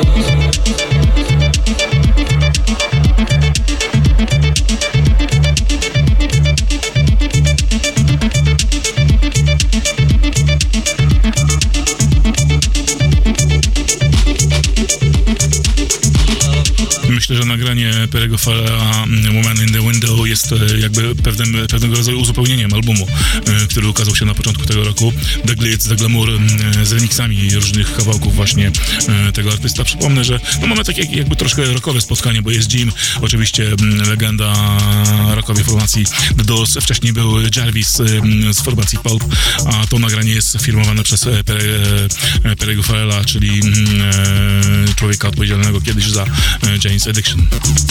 Myślę, że nagranie Perry'ego Farrella Woman in the Window jest jakby pewnym, pewnego rodzaju uzupełnieniem albumu, który ukazał się na początku tego roku. The Glitz, The Glamour z remixami różnych kawałków właśnie tego artysta. Przypomnę, że no mamy takie jakby troszkę rockowe spotkanie, bo jest Jim, oczywiście legenda rockowej formacji The Doors. Wcześniej był Jarvis z formacji Pulp, a to nagranie jest firmowane przez Perry'ego Farrella, czyli człowieka odpowiedzialnego kiedyś za Jane's Addiction.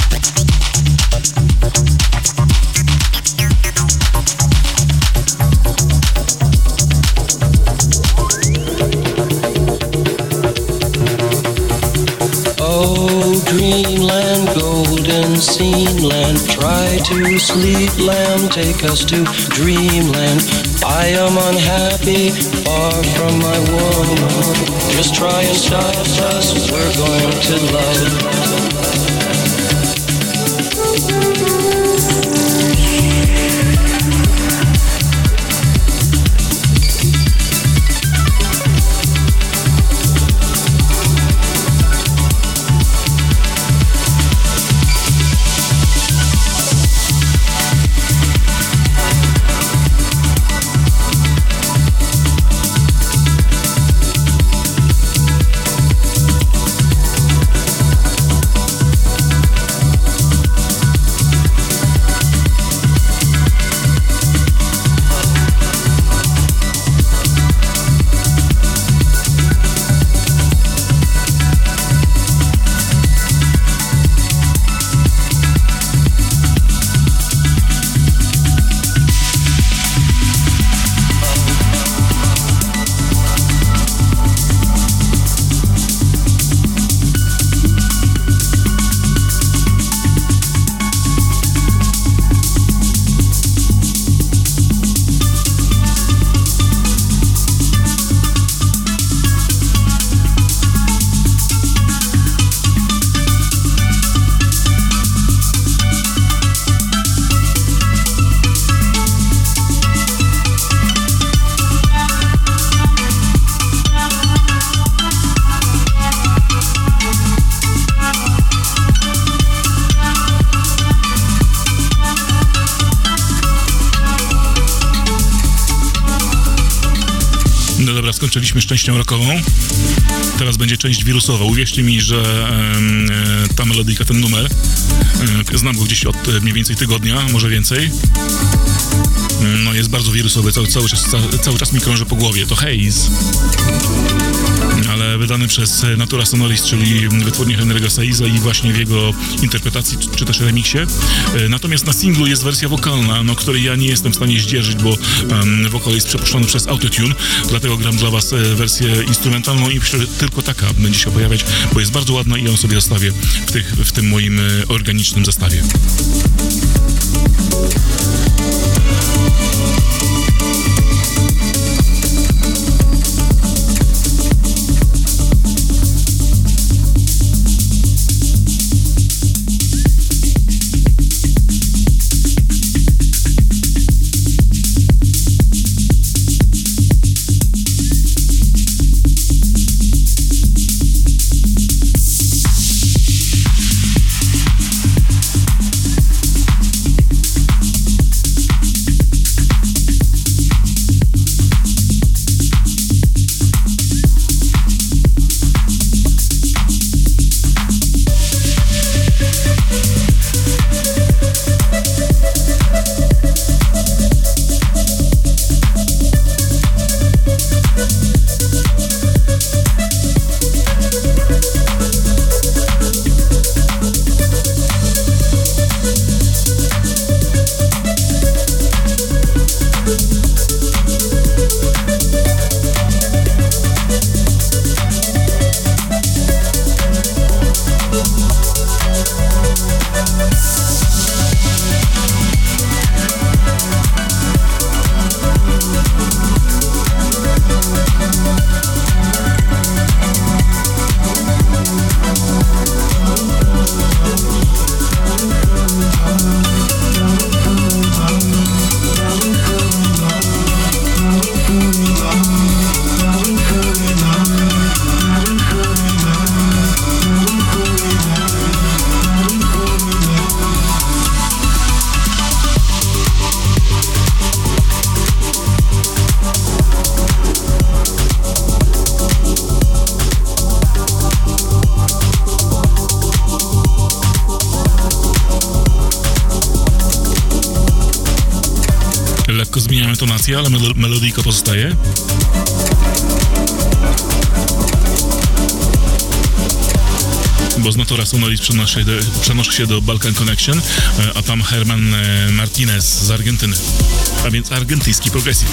Oh, dreamland, golden sceneland, try to sleep, lamb, take us to dreamland. I am unhappy, far from my woman. Just try and stop us, we're going to love. Dobra, skończyliśmy z częścią rockową. Teraz będzie część wirusowa. Uwierzcie mi, że e, ta melodyjka, ten numer, e, znam go gdzieś od e, mniej więcej tygodnia, może więcej. No jest bardzo wirusowy, cały, cały, czas, ca, cały czas mi krąży po głowie. To Haze, ale wydany przez Natura Sonoris, czyli wytwórnię Henry'ego Saiza i właśnie w jego interpretacji, czy, czy też remiksie. Natomiast na singlu jest wersja wokalna, no, której ja nie jestem w stanie zdzierżyć, bo um, wokal jest przepuszczony przez autotune, dlatego gram dla was wersję instrumentalną i myślę, że tylko taka będzie się pojawiać, bo jest bardzo ładna i ją sobie zostawię w, tych, w tym moim organicznym zestawie. Lekko zmieniamy tonację, ale mel- melodyjka pozostaje. Bo z Natura Sonoris przenoszę, przenoszę się do Balkan Connection, a tam Herman Martinez z Argentyny, a więc argentyński progressive.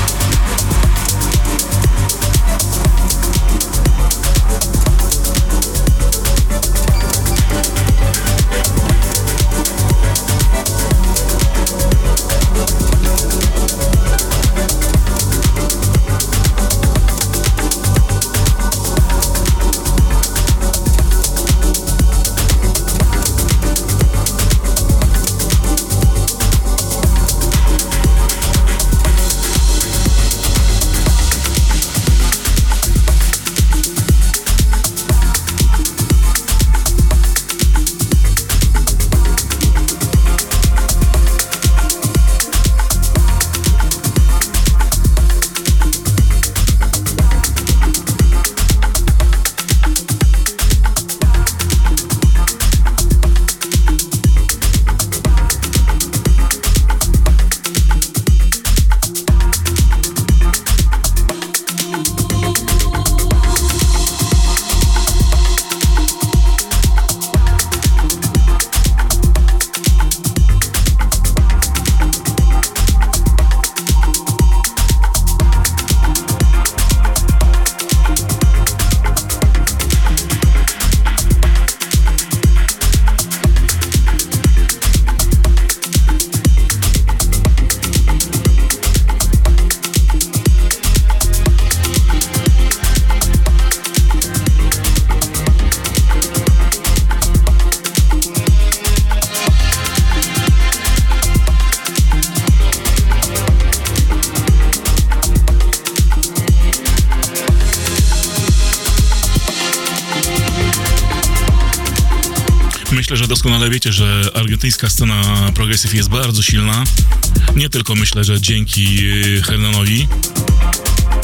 Myślę, że doskonale wiecie, że argentyńska scena progressive jest bardzo silna. Nie tylko myślę, że dzięki Hernanowi,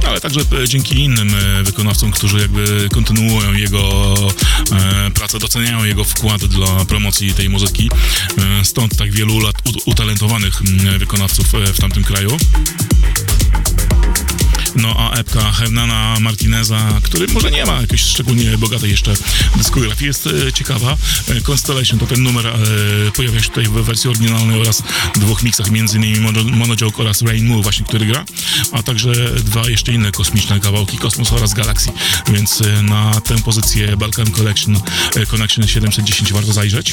ale także dzięki innym wykonawcom, którzy jakby kontynuują jego pracę, doceniają jego wkład dla promocji tej muzyki. Stąd tak wielu lat utalentowanych wykonawców w tamtym kraju. No a epka Hernana Martineza, który może nie ma jakiejś szczególnie bogatej jeszcze dyskografii, jest e, ciekawa. E, Constellation to ten numer e, pojawia się tutaj w wersji oryginalnej oraz dwóch miksach, między innymi Mono, Monojoke oraz Rain Move, właśnie który gra, a także dwa jeszcze inne kosmiczne kawałki, Kosmos oraz Galaxy, więc e, na tę pozycję Balkan Collection e, Connection siedemset dziesięć warto zajrzeć.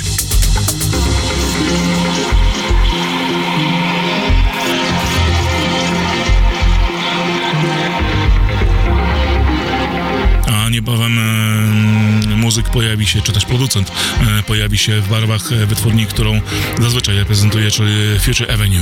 Niebawem e, muzyk pojawi się, czy też producent e, pojawi się w barwach e, wytwórni, którą zazwyczaj reprezentuje, czyli Future Avenue.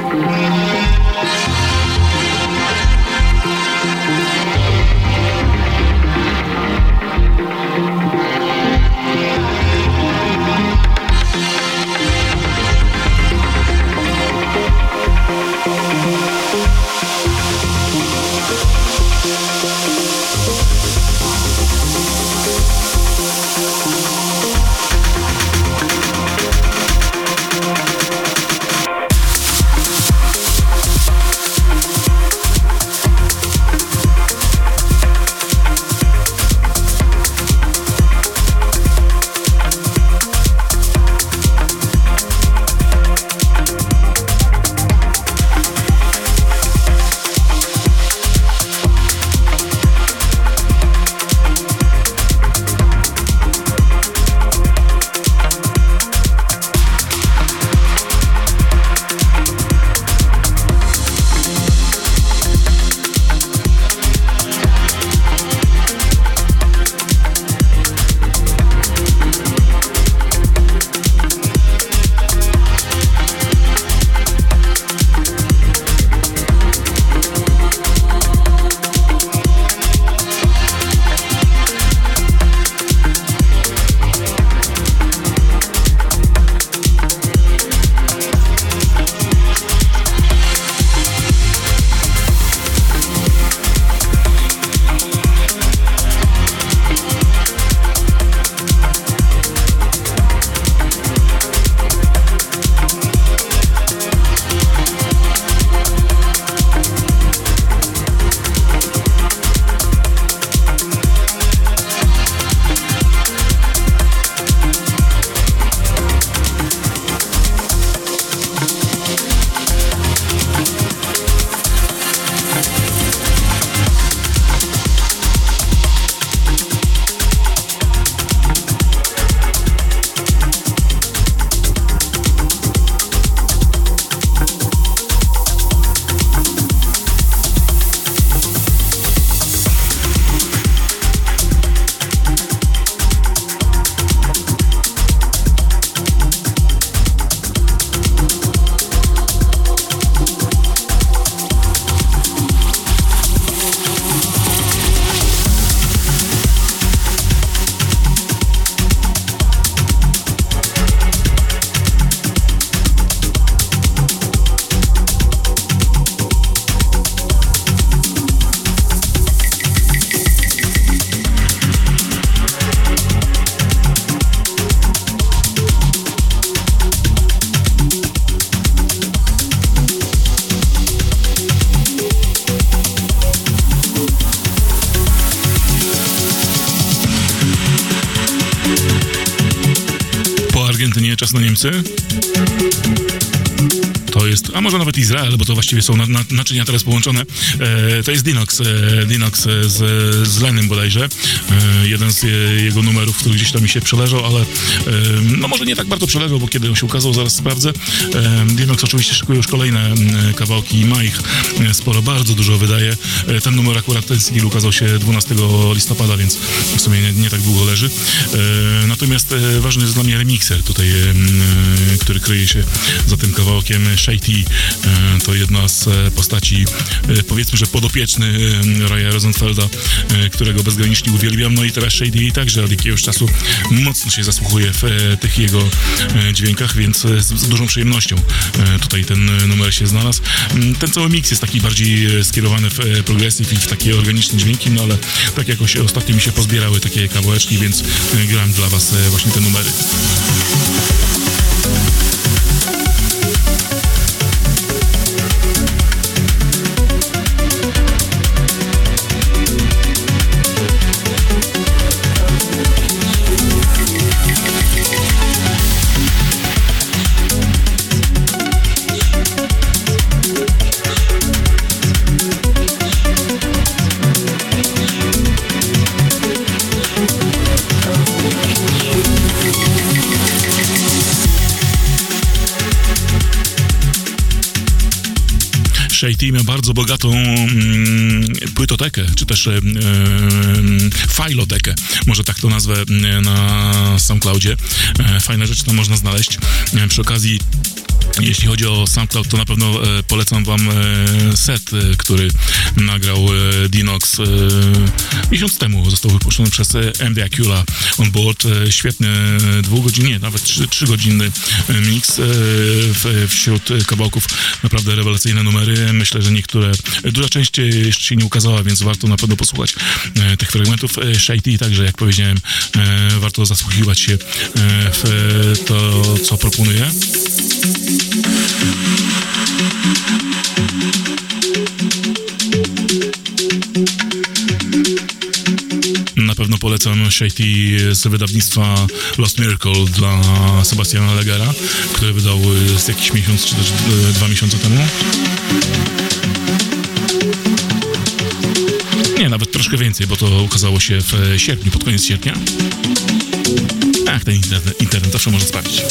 Czas na Niemcy. To jest, a może nawet Izrael, bo to właściwie są na, na, naczynia teraz połączone. E, to jest Dinox, e, Dinox z, z Lenym bodajże. E, jeden z je, jego numerów, który gdzieś tam mi się przeleżał, ale e, no może nie tak bardzo przeleżał, bo kiedy on się ukazał, zaraz sprawdzę. E, Dinox oczywiście szykuje już kolejne e, kawałki i ma ich e, sporo, bardzo dużo wydaje. E, ten numer akurat, ten singiel ukazał się dwunastego listopada, więc w sumie nie, nie tak długo leży. E, natomiast e, ważny jest dla mnie remixer tutaj, e, który kryje się za tym kawałkiem. Shady to jedna z postaci, powiedzmy, że podopieczny Raya Rosenfelda, którego bezgranicznie uwielbiam. No i teraz Shady także od jakiegoś czasu mocno się zasłuchuje w tych jego dźwiękach, więc z, z dużą przyjemnością tutaj ten numer się znalazł. Ten cały miks jest taki bardziej skierowany w progressive i w takie organiczne dźwięki, no ale tak jakoś ostatnio mi się pozbierały takie kawałeczki, więc gram dla was właśnie te numery. Shady miał bardzo bogatą mm, płytotekę, czy też e, e, fajlotekę, może tak to nazwę, na SoundCloudzie. E, fajne rzeczy tam można znaleźć. E, przy okazji, jeśli chodzi o SoundCloud, to na pewno e, polecam wam e, set, e, który nagrał e, Dinox e, miesiąc temu. Został wypuszczony przez e, M D Acula on board. E, świetny dwugodzinny, nie, nawet trzy, trzygodzinny e, mix e, w, wśród kawałków. Naprawdę rewelacyjne numery. Myślę, że niektóre, duża część jeszcze się nie ukazała, więc warto na pewno posłuchać e, tych fragmentów. E, Shady także, jak powiedziałem, e, warto zasłuchiwać się e, w to, co proponuję. Na pewno polecam Shady z wydawnictwa Lost Miracle dla Sebastiana Legera, który wydał z jakiś miesiąc, czy też dwa miesiące temu. Nie, nawet troszkę więcej, bo to ukazało się w sierpniu, pod koniec sierpnia. Ach, ten internet, internet zawsze można sprawdzić.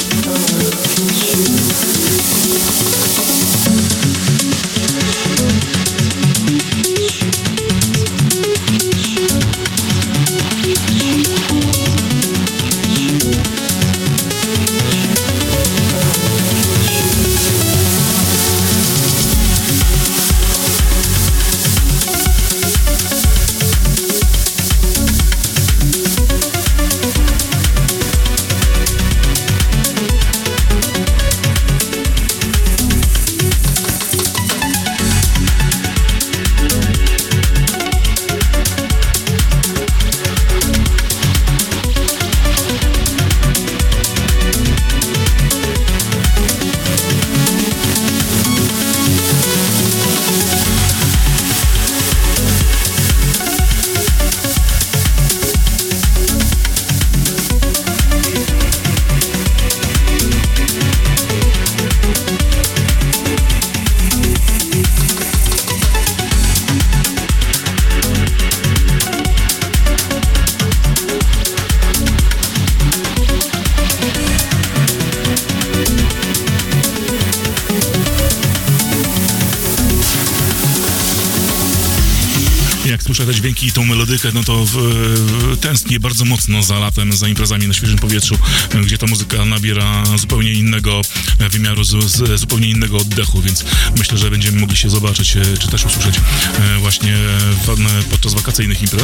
Jak słyszę te dźwięki i tą melodykę, no to w, w, tęsknię bardzo mocno za latem, za imprezami na świeżym powietrzu, gdzie ta muzyka nabiera zupełnie innego wymiaru, z, z, zupełnie innego oddechu, więc myślę, że będziemy mogli się zobaczyć, czy też usłyszeć właśnie w, podczas wakacyjnych imprez.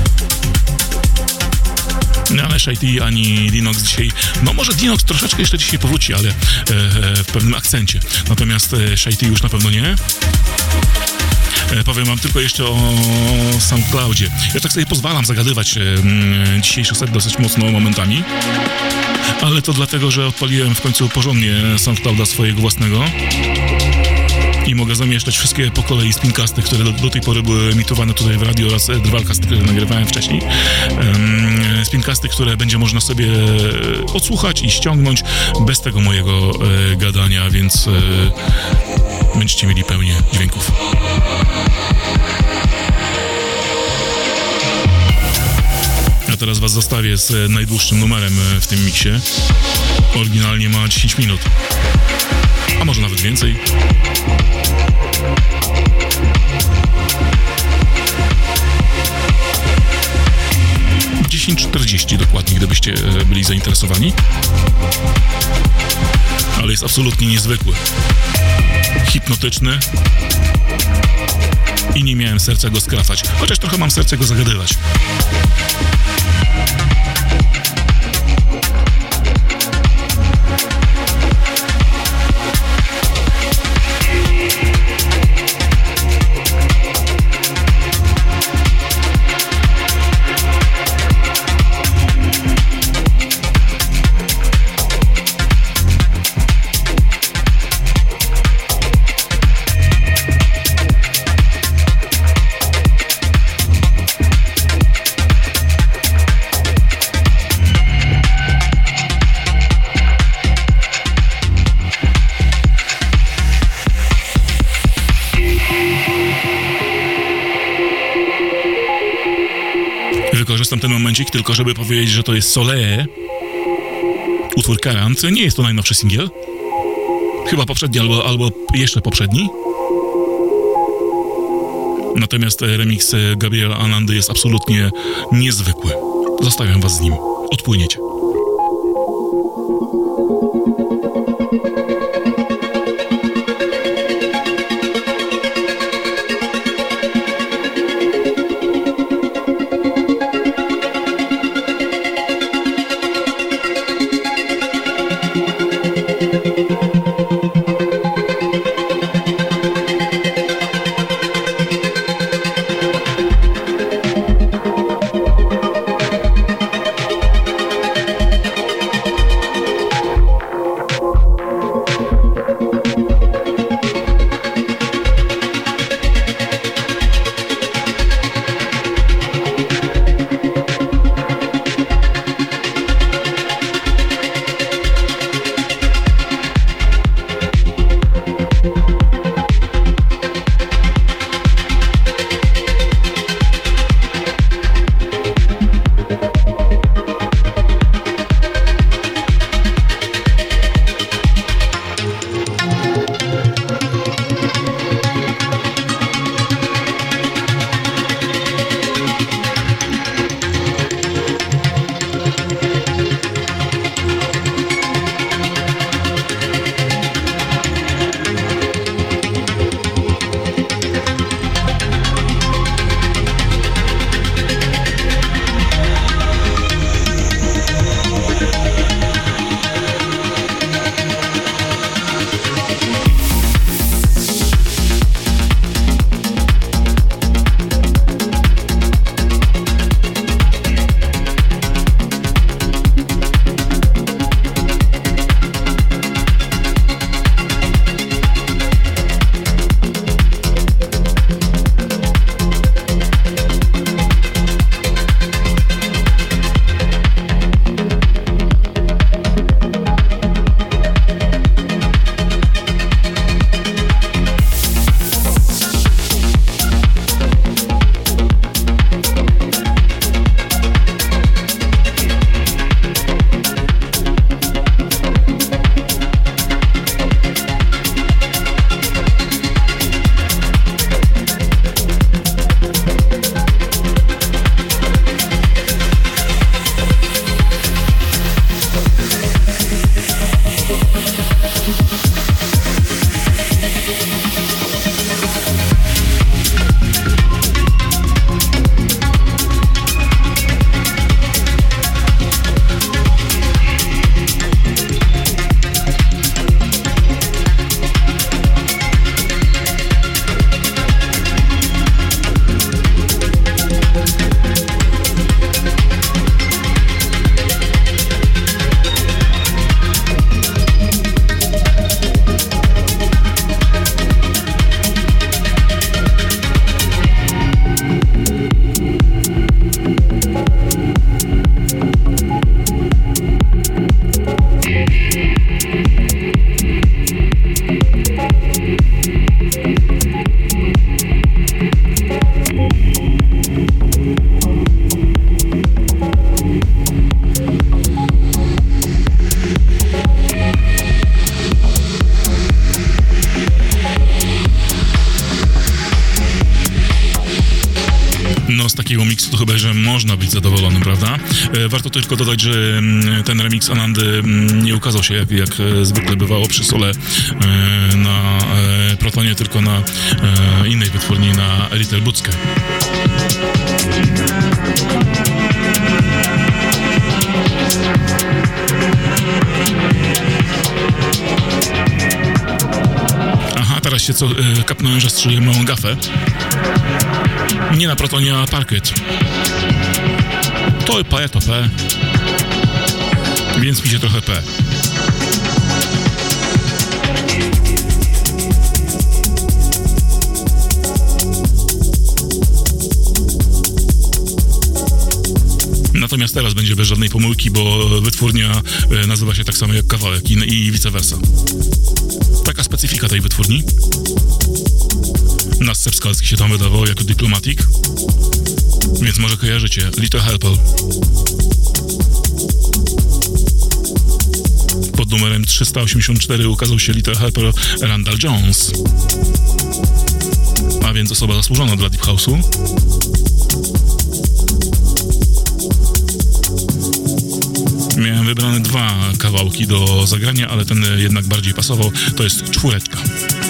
No ale Shady ani Dinox dzisiaj, no może Dinox troszeczkę jeszcze dzisiaj powróci, ale e, w pewnym akcencie, natomiast Shady już na pewno nie. E, powiem wam tylko jeszcze o SoundCloudzie. Ja tak sobie pozwalam zagadywać e, dzisiejszy set dosyć mocno momentami, ale to dlatego, że odpaliłem w końcu porządnie SoundClouda swojego własnego i mogę zamieszczać wszystkie po kolei spincasty, które do, do tej pory były emitowane tutaj w radio oraz drwalcast, które nagrywałem wcześniej. Um, spincasty, które będzie można sobie odsłuchać i ściągnąć bez tego mojego e, gadania, więc e, będziecie mieli pełnię dźwięków. Ja teraz was zostawię z najdłuższym numerem w tym miksie. Oryginalnie ma dziesięć minut, a może nawet więcej. dziesięć czterdzieści dokładnie, gdybyście byli zainteresowani. ale jest absolutnie niezwykły. Hipnotyczny i nie miałem serca go skracać, chociaż trochę mam serce go zagadywać. Wykorzystam ten momencik tylko, żeby powiedzieć, że to jest Soleil, utwór Karant. Nie jest to najnowszy singiel. Chyba poprzedni albo, albo jeszcze poprzedni. Natomiast remix Gabriela Anandy jest absolutnie niezwykły. Zostawiam was z nim. Odpłyniecie. takiego miksu to chyba, że można być zadowolonym, prawda? Warto tylko dodać, że ten remix Anandy nie ukazał się jak, jak zwykle bywało przy sole na Protonie, tylko na innej wytwórni, na Little Budzkę. Aha, teraz się co kapnąłem, że strzeliłem małą gafę. Nie na Protonie, a Parquet. To P, to P. Więc mi się trochę P. Natomiast teraz będzie bez żadnej pomyłki, bo wytwórnia nazywa się tak samo jak kawałek i, i vice versa. Taka specyfika tej wytwórni. Nas Sepskalski się tam wydawał jako Diplomatic, więc może kojarzycie Little Helper. Pod numerem trzysta osiemdziesiąt cztery ukazał się Little Helper Randall Jones, a więc osoba zasłużona dla Deep House'u. Miałem wybrane dwa kawałki do zagrania, ale ten jednak bardziej pasował. To jest czwóreczka.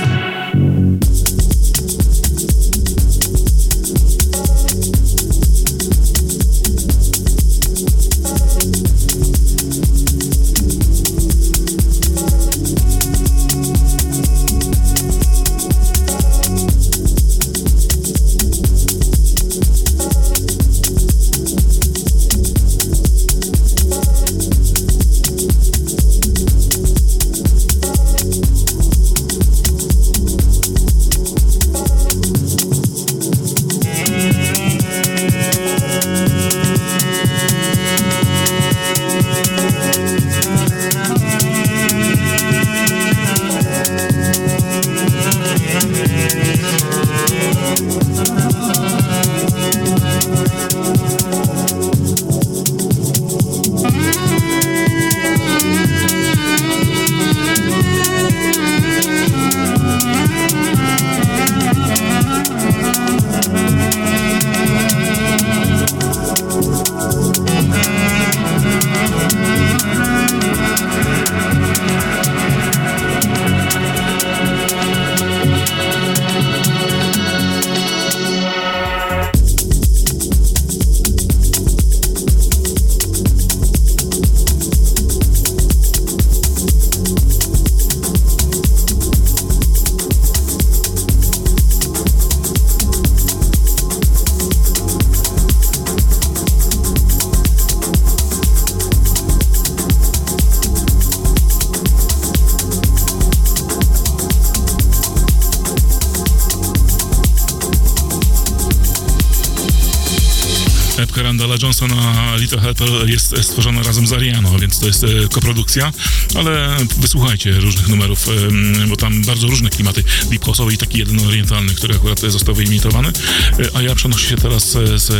Randalla Johnsona Little Helper jest stworzona razem z Ariano, więc to jest koprodukcja, ale wysłuchajcie różnych numerów, bo tam bardzo różne klimaty deep house'owe i taki jeden orientalny, który akurat został wyimitowany. A ja przenoszę się teraz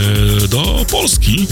z, do Polski.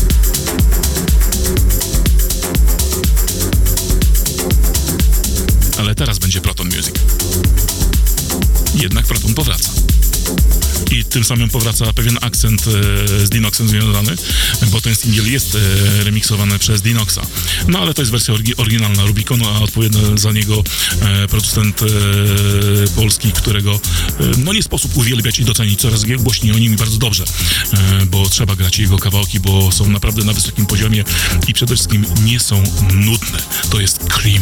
Ale teraz będzie Proton Music. Jednak Proton powraca. I tym samym powraca pewien akcent e, z Dinoxem związany, bo ten singiel jest e, remiksowany przez Dinoxa. No ale to jest wersja orgi- oryginalna Rubiconu, a odpowiednio za niego e, producent e, polski, którego e, no nie sposób uwielbiać i docenić. Coraz głośniej o nim i bardzo dobrze, e, bo trzeba grać jego kawałki, bo są naprawdę na wysokim poziomie i przede wszystkim nie są nudne. To jest Cream.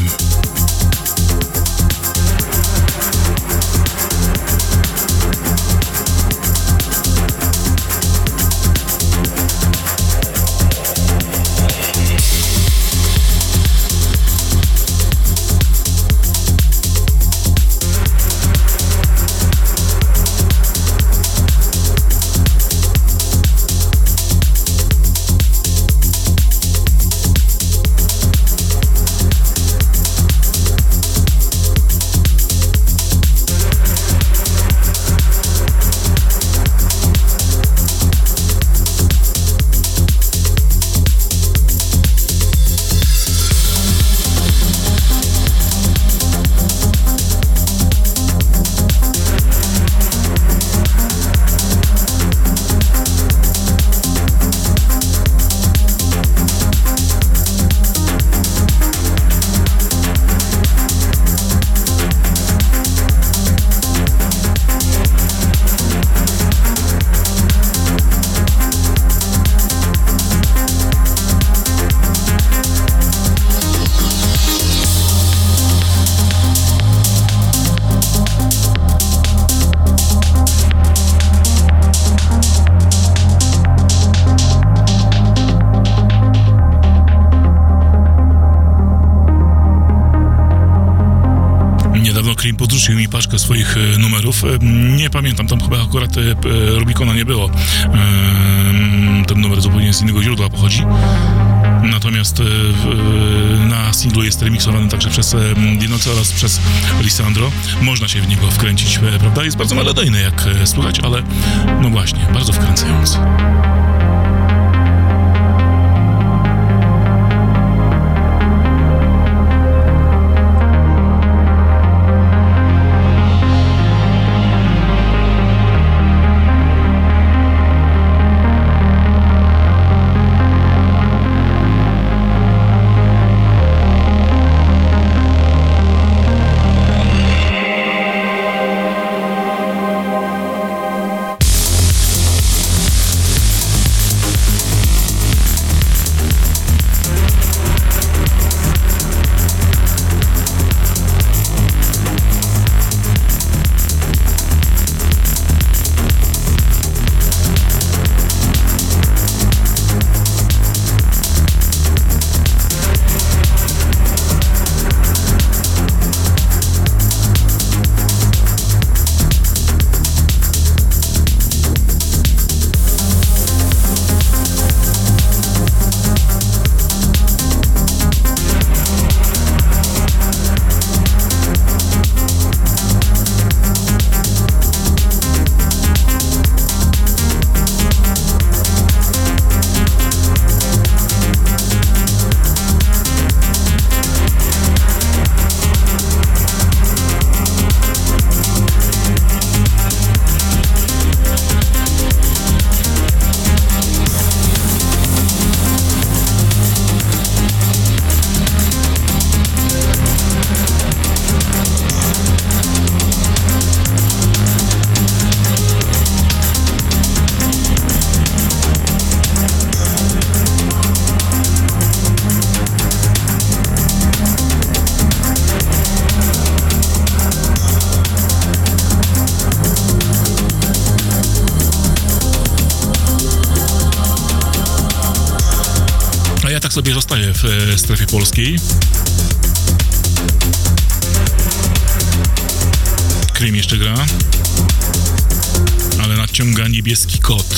Cream podrzucił mi paczkę swoich e, numerów. E, nie pamiętam, tam chyba akurat e, Rubicona nie było. E, ten numer zupełnie z innego źródła pochodzi. Natomiast e, e, na singlu jest remiksowany także przez e, Dinoxa oraz przez Lisandro. Można się w niego wkręcić, e, prawda? Jest bardzo melodyjny, jak e, słychać, ale no właśnie, bardzo wkręcający. Sobie zostaje w e, strefie polskiej. Cream jeszcze gra, ale nadciąga Niebieski Kot.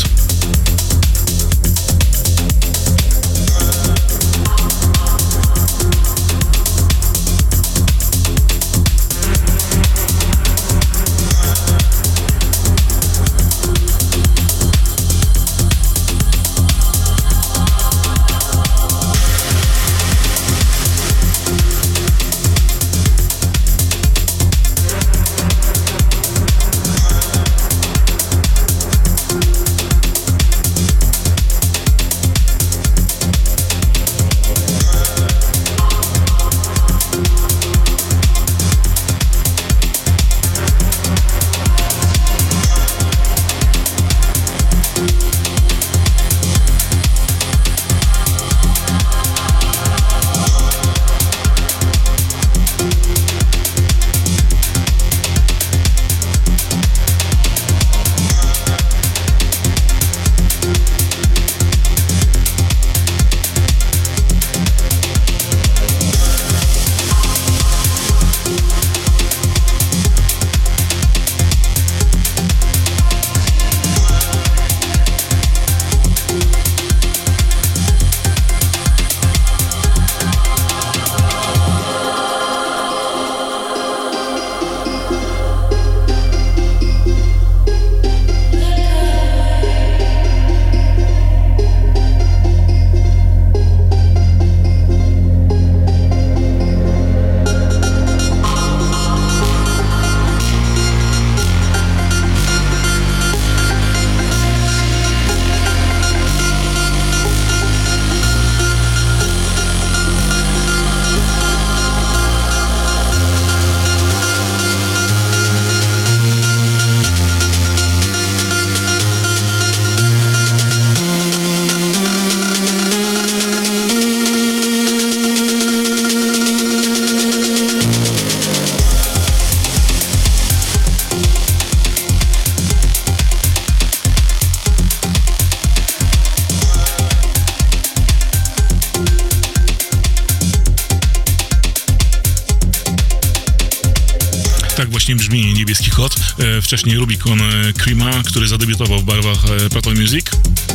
właśnie brzmi Niebieski Kot. E, wcześniej Rubicon Creama, który zadebiutował w barwach e, Prato Music.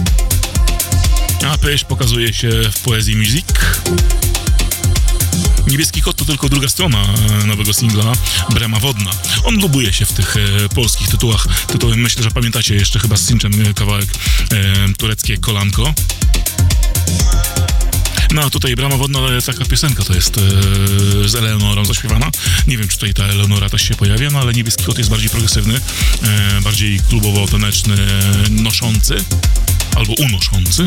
A Pysz pokazuje się w Poezji Music. Niebieski Kot to tylko druga strona nowego singla Brama Wodna. On lubuje się w tych e, polskich tytułach. Tytuły, myślę, że pamiętacie jeszcze chyba z Cinczem kawałek e, Tureckie Kolanko. No a tutaj Brama Wodna, ale taka piosenka to jest e, z Eleonorą zaśpiewana. Nie wiem, czy tutaj ta Eleonora też się pojawia, no ale Niebieski Kot jest bardziej progresywny, e, bardziej klubowo-taneczny, noszący albo unoszący.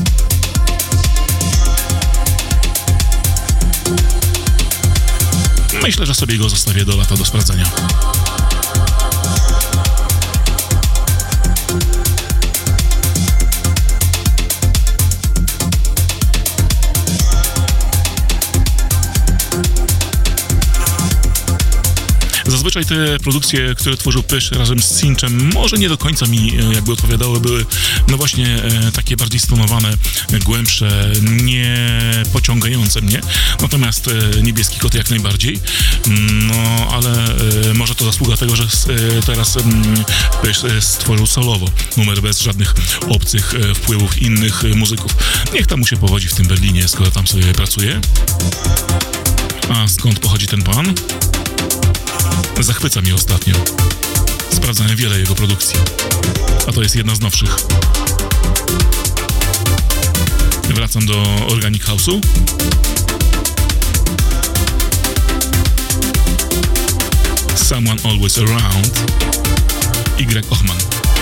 Myślę, że sobie go zostawię do lata do sprawdzenia. Zazwyczaj te produkcje, które tworzył Pysz razem z Cinczem, może nie do końca mi jakby odpowiadały, były no właśnie e, takie bardziej stonowane, głębsze, nie pociągające mnie. Natomiast e, Niebieski Kot jak najbardziej. No, ale e, może to zasługa tego, że e, teraz e, Pysz e, stworzył solowo numer bez żadnych obcych e, wpływów innych e, muzyków. Niech tam mu się powodzi w tym Berlinie, skoro tam sobie pracuje. A skąd pochodzi ten pan? Zachwyca mnie ostatnio. Sprawdzałem wiele jego produkcji, a to jest jedna z nowszych. Wracam do Organic House'u. Someone Always Around. Y. Ochman.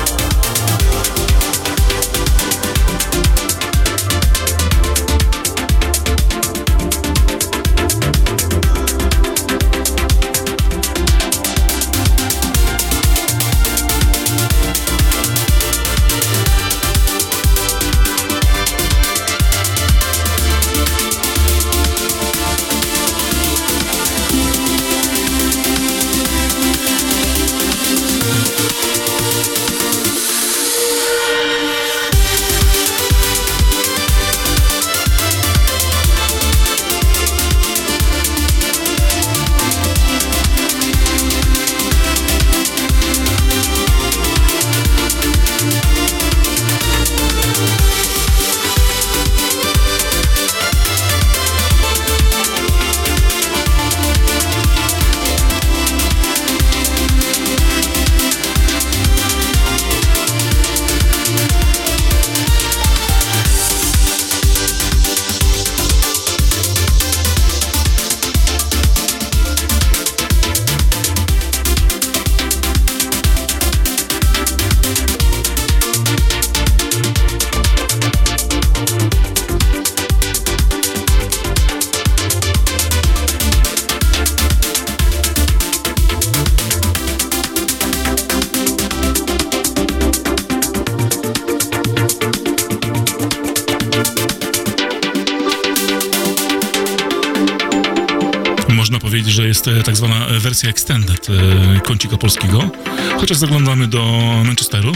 Można powiedzieć, że jest tak zwana wersja extended Kącika Polskiego. Chociaż zaglądamy do Manchesteru.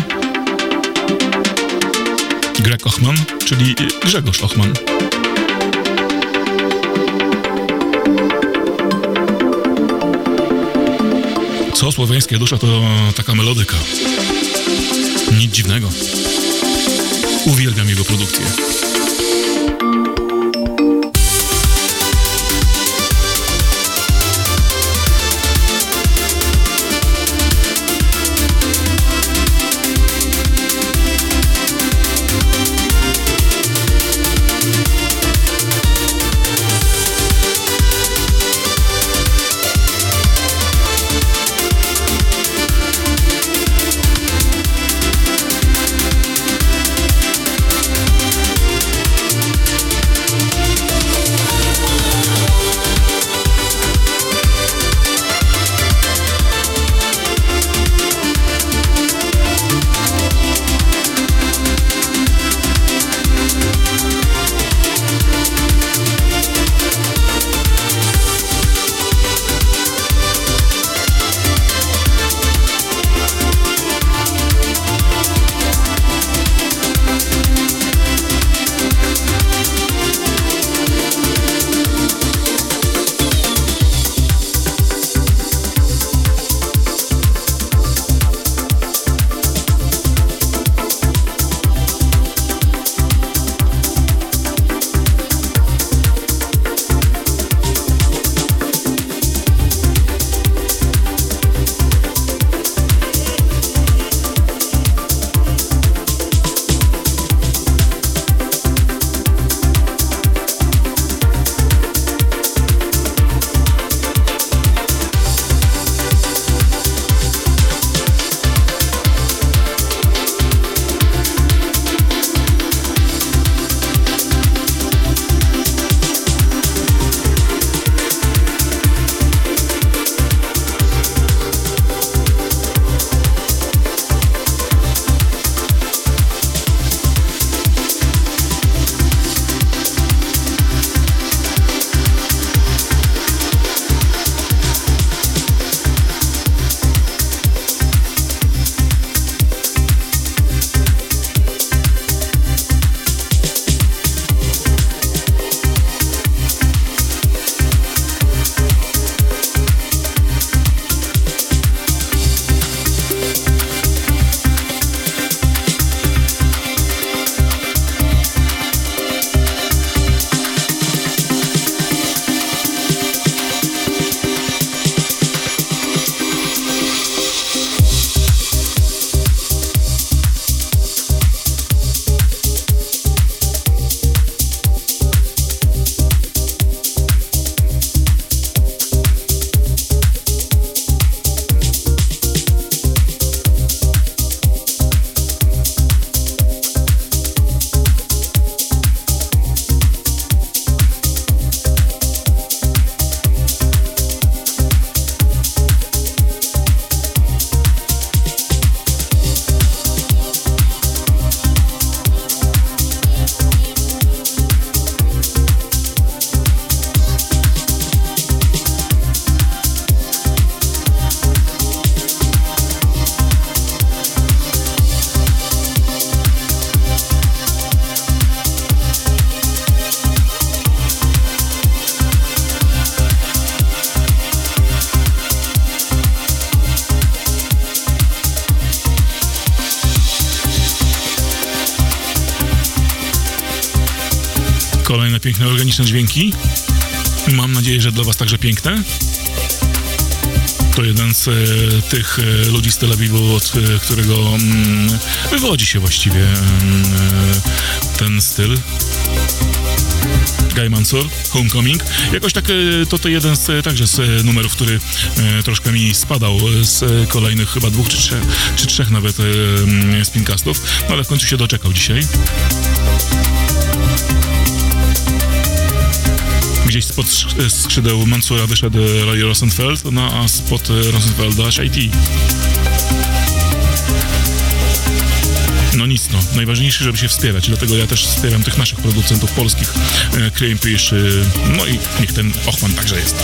Greg Ochman, czyli Grzegorz Ochman. Co słowiańskie dusza to taka melodyka. Nic dziwnego. Uwielbiam jego produkcję. Kolejne piękne, organiczne dźwięki. Mam nadzieję, że dla was także piękne. To jeden z e, tych e, ludzi z Tel Awiwu, od e, którego mm, wywodzi się właściwie e, ten styl. Guy Mansur, Homecoming. Jakoś tak e, to to jeden z, także z numerów, który e, troszkę mi spadał z kolejnych chyba dwóch czy trzech, czy trzech nawet e, spincastów, no ale w końcu się doczekał dzisiaj. Gdzieś spod skrzydeł Mansura wyszedł Roy Rosenfeld, no a spod Rosenfelda Shy T. No nic, no. Najważniejsze, żeby się wspierać, dlatego ja też wspieram tych naszych producentów polskich, e, Creamfish, e, no i niech ten Ochman także jest.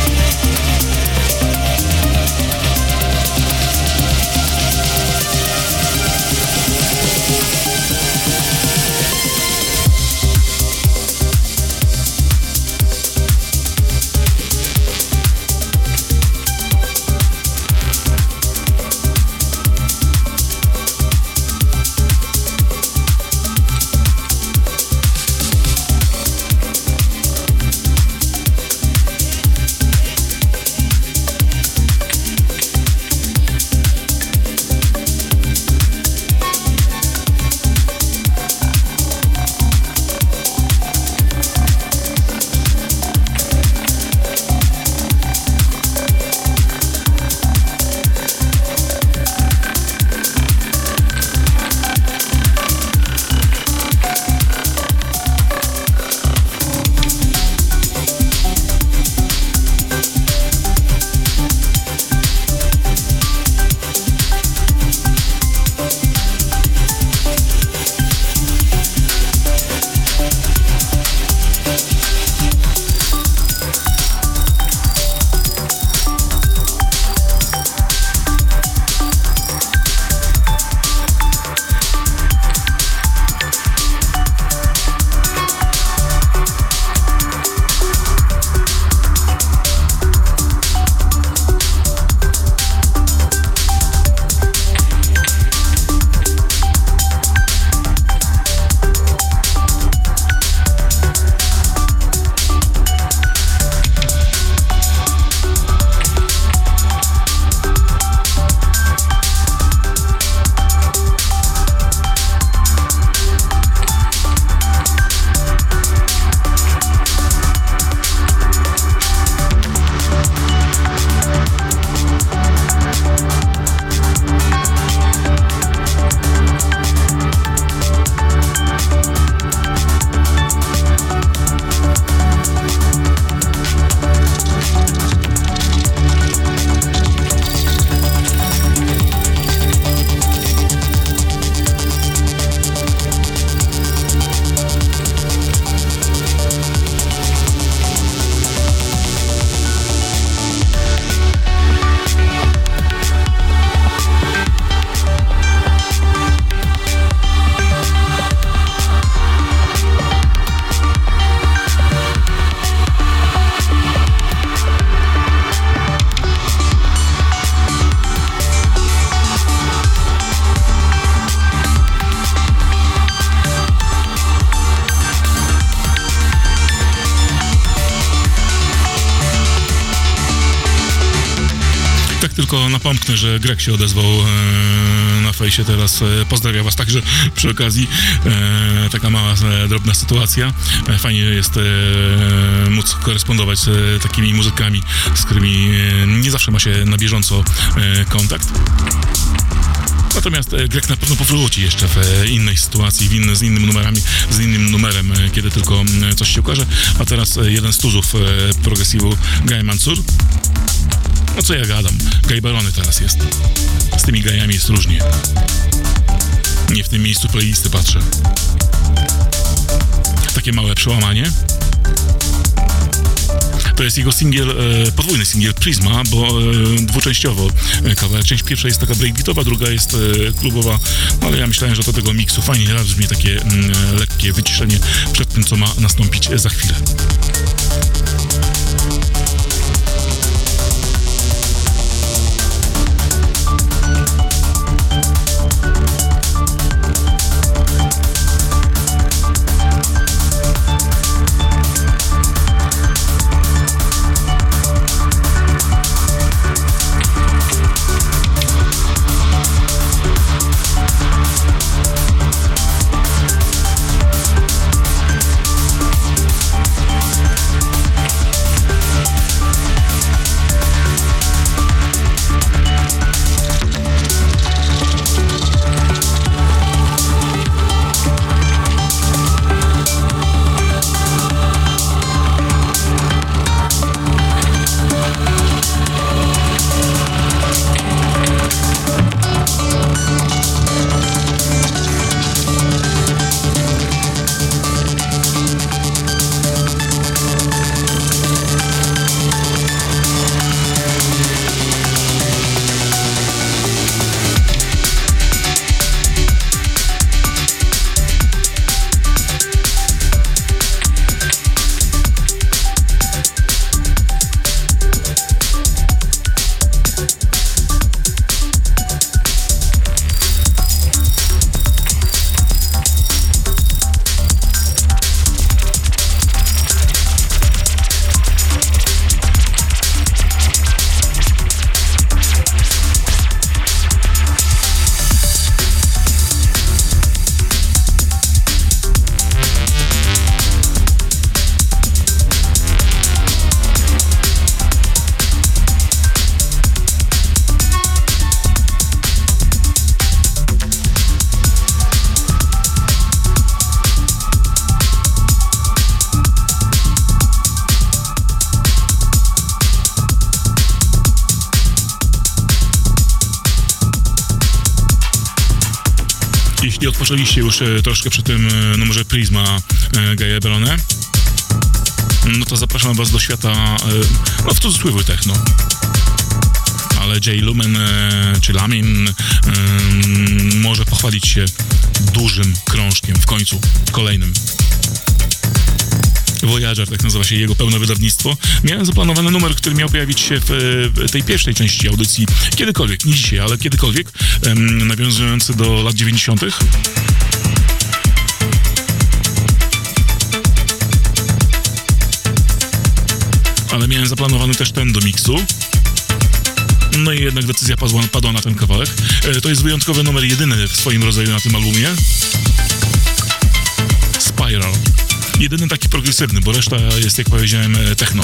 Tylko napomknę, że Greg się odezwał e, na fejsie teraz. E, pozdrawiam was także przy okazji. E, taka mała, e, drobna sytuacja. E, fajnie jest e, móc korespondować z e, takimi muzykami, z którymi e, nie zawsze ma się na bieżąco e, kontakt. Natomiast e, Greg na pewno powróci jeszcze w e, innej sytuacji, w inny, z innymi numerami, z innym numerem, e, kiedy tylko e, coś się ukaże. A teraz e, jeden z tuzów e, progresivu, Guy Mansur. No co ja gadam? Gaj Barony teraz jest. Z tymi gajami jest różnie. Nie w tym miejscu playlisty patrzę. Takie małe przełamanie. To jest jego singiel, e, podwójny singiel Prisma, bo e, dwuczęściowo e, kawałek. Część pierwsza jest taka breakbeatowa, druga jest e, klubowa, no, ale ja myślałem, że do tego miksu fajnie raz brzmi takie mm, lekkie wyciszenie przed tym, co ma nastąpić za chwilę. Jeśli odpoczęliście już e, troszkę przy tym e, numerze Prisma e, Gaia Barone, no to zapraszam was do świata, e, no w cudzysłowie techno. Ale Jay Lumen e, czy Lamin e, może pochwalić się dużym krążkiem w końcu, kolejnym. Voyager, tak nazywa się jego pełne wydawnictwo. Miałem zaplanowany numer, który miał pojawić się w, w tej pierwszej części audycji kiedykolwiek, nie dzisiaj, ale kiedykolwiek, em, nawiązujący do lat dziewięćdziesiątych. Ale miałem zaplanowany też ten do miksu. No i jednak decyzja padła, padła na ten kawałek. E, to jest wyjątkowy numer, jedyny w swoim rodzaju na tym albumie. Spiral. Jedyny taki progresywny, bo reszta jest, jak powiedziałem, techno.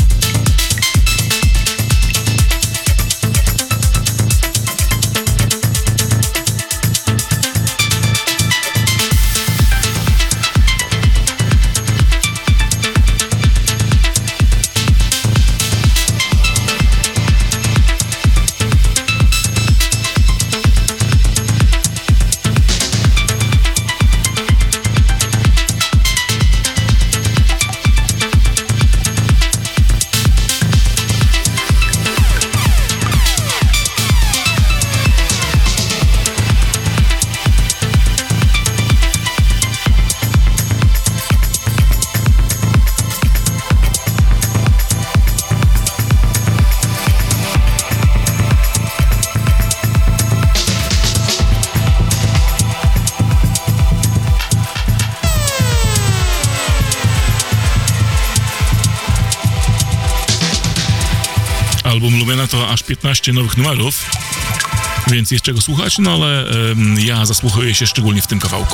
Album Lumiana to aż piętnaście nowych numerów, więc jest czego słuchać, no ale ym, ja zasłuchuję się szczególnie w tym kawałku.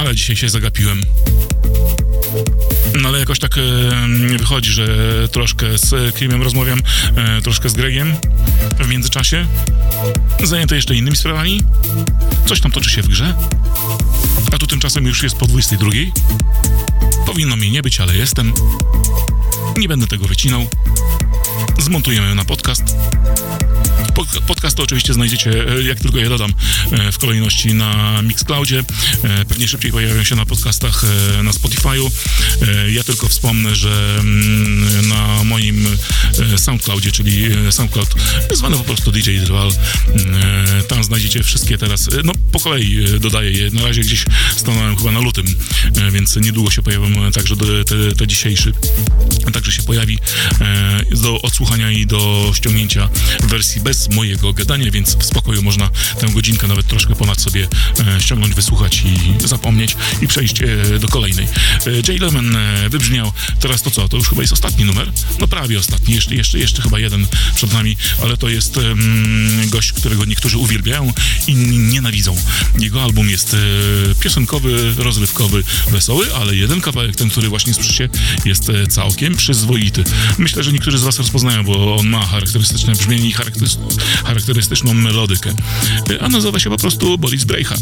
ale dzisiaj się zagapiłem. No ale jakoś tak e, wychodzi, że troszkę z Creamem rozmawiam, e, troszkę z Gregiem w międzyczasie. Zajęty jeszcze innymi sprawami. Coś tam toczy się w grze. A tu tymczasem już jest po dwudziestej drugiej. Powinno mi nie być, ale jestem. Nie będę tego wycinał. Zmontujemy na podcast. Podcast to oczywiście znajdziecie, jak tylko je dodam, w kolejności na Mixcloudzie. Pewnie szybciej pojawią się na podcastach na Spotify'u. Ja tylko wspomnę, że na moim Soundcloudzie, czyli Soundcloud zwany po prostu D J Drwal, tam znajdziecie wszystkie teraz, no po kolei dodaję je. Na razie gdzieś stanąłem chyba na lutym, więc niedługo się pojawią także te, te dzisiejszy. Także się pojawi do odsłuchania i do ściągnięcia w wersji bez mojego gadania, więc w spokoju można tę godzinkę nawet troszkę ponad sobie e, ściągnąć, wysłuchać i zapomnieć i przejść e, do kolejnej. E, Jay Lemon e, wybrzmiał, teraz to co? To już chyba jest ostatni numer? No prawie ostatni, jeszcze, jeszcze, jeszcze chyba jeden przed nami, ale to jest e, gość, którego niektórzy uwielbiają, inni nienawidzą. Jego album jest e, piosenkowy, rozrywkowy, wesoły, ale jeden kawałek, ten, który właśnie słyszycie, jest e, całkiem przyzwoity. Myślę, że niektórzy z was rozpoznają, bo on ma charakterystyczne brzmienie i charakterystyczne charakterystyczną melodykę, a nazywa się po prostu Boris Brejcha.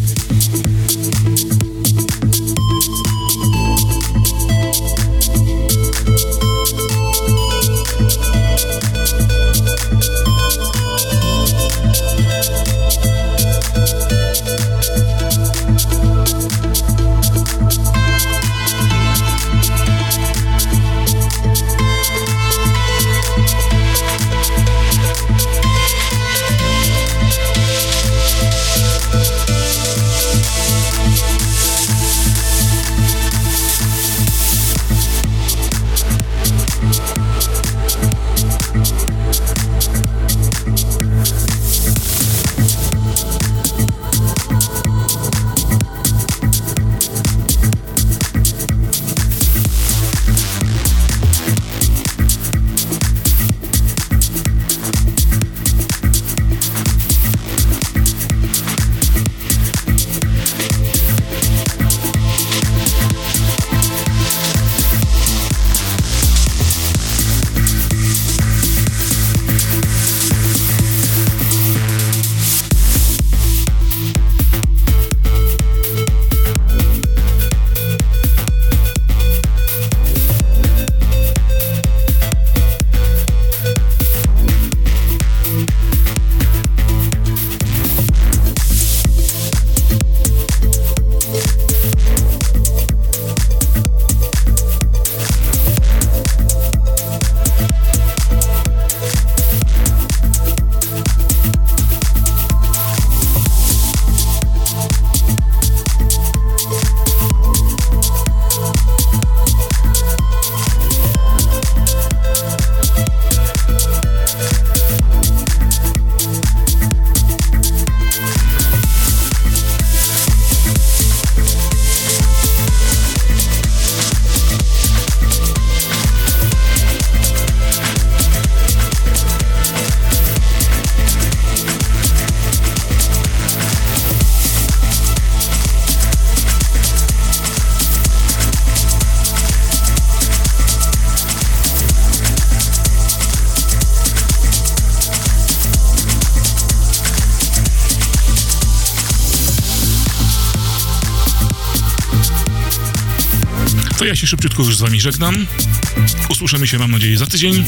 To ja się szybciutko już z wami żegnam. Usłyszymy się, mam nadzieję, za tydzień.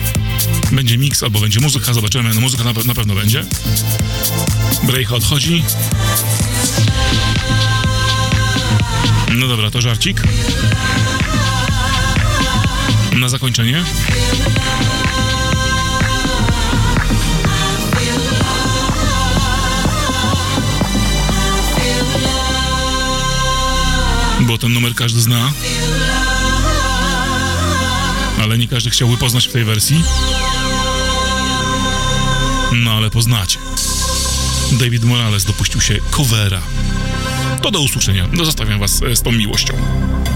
Będzie mix albo będzie muzyka, zobaczymy. No muzyka na, na pewno będzie. Brejcha odchodzi. No dobra, to żarcik. Na zakończenie. Bo ten numer każdy zna, ale nie każdy chciałby poznać w tej wersji. No ale poznacie. David Morales dopuścił się covera. To do usłyszenia. Zostawiam was z tą miłością.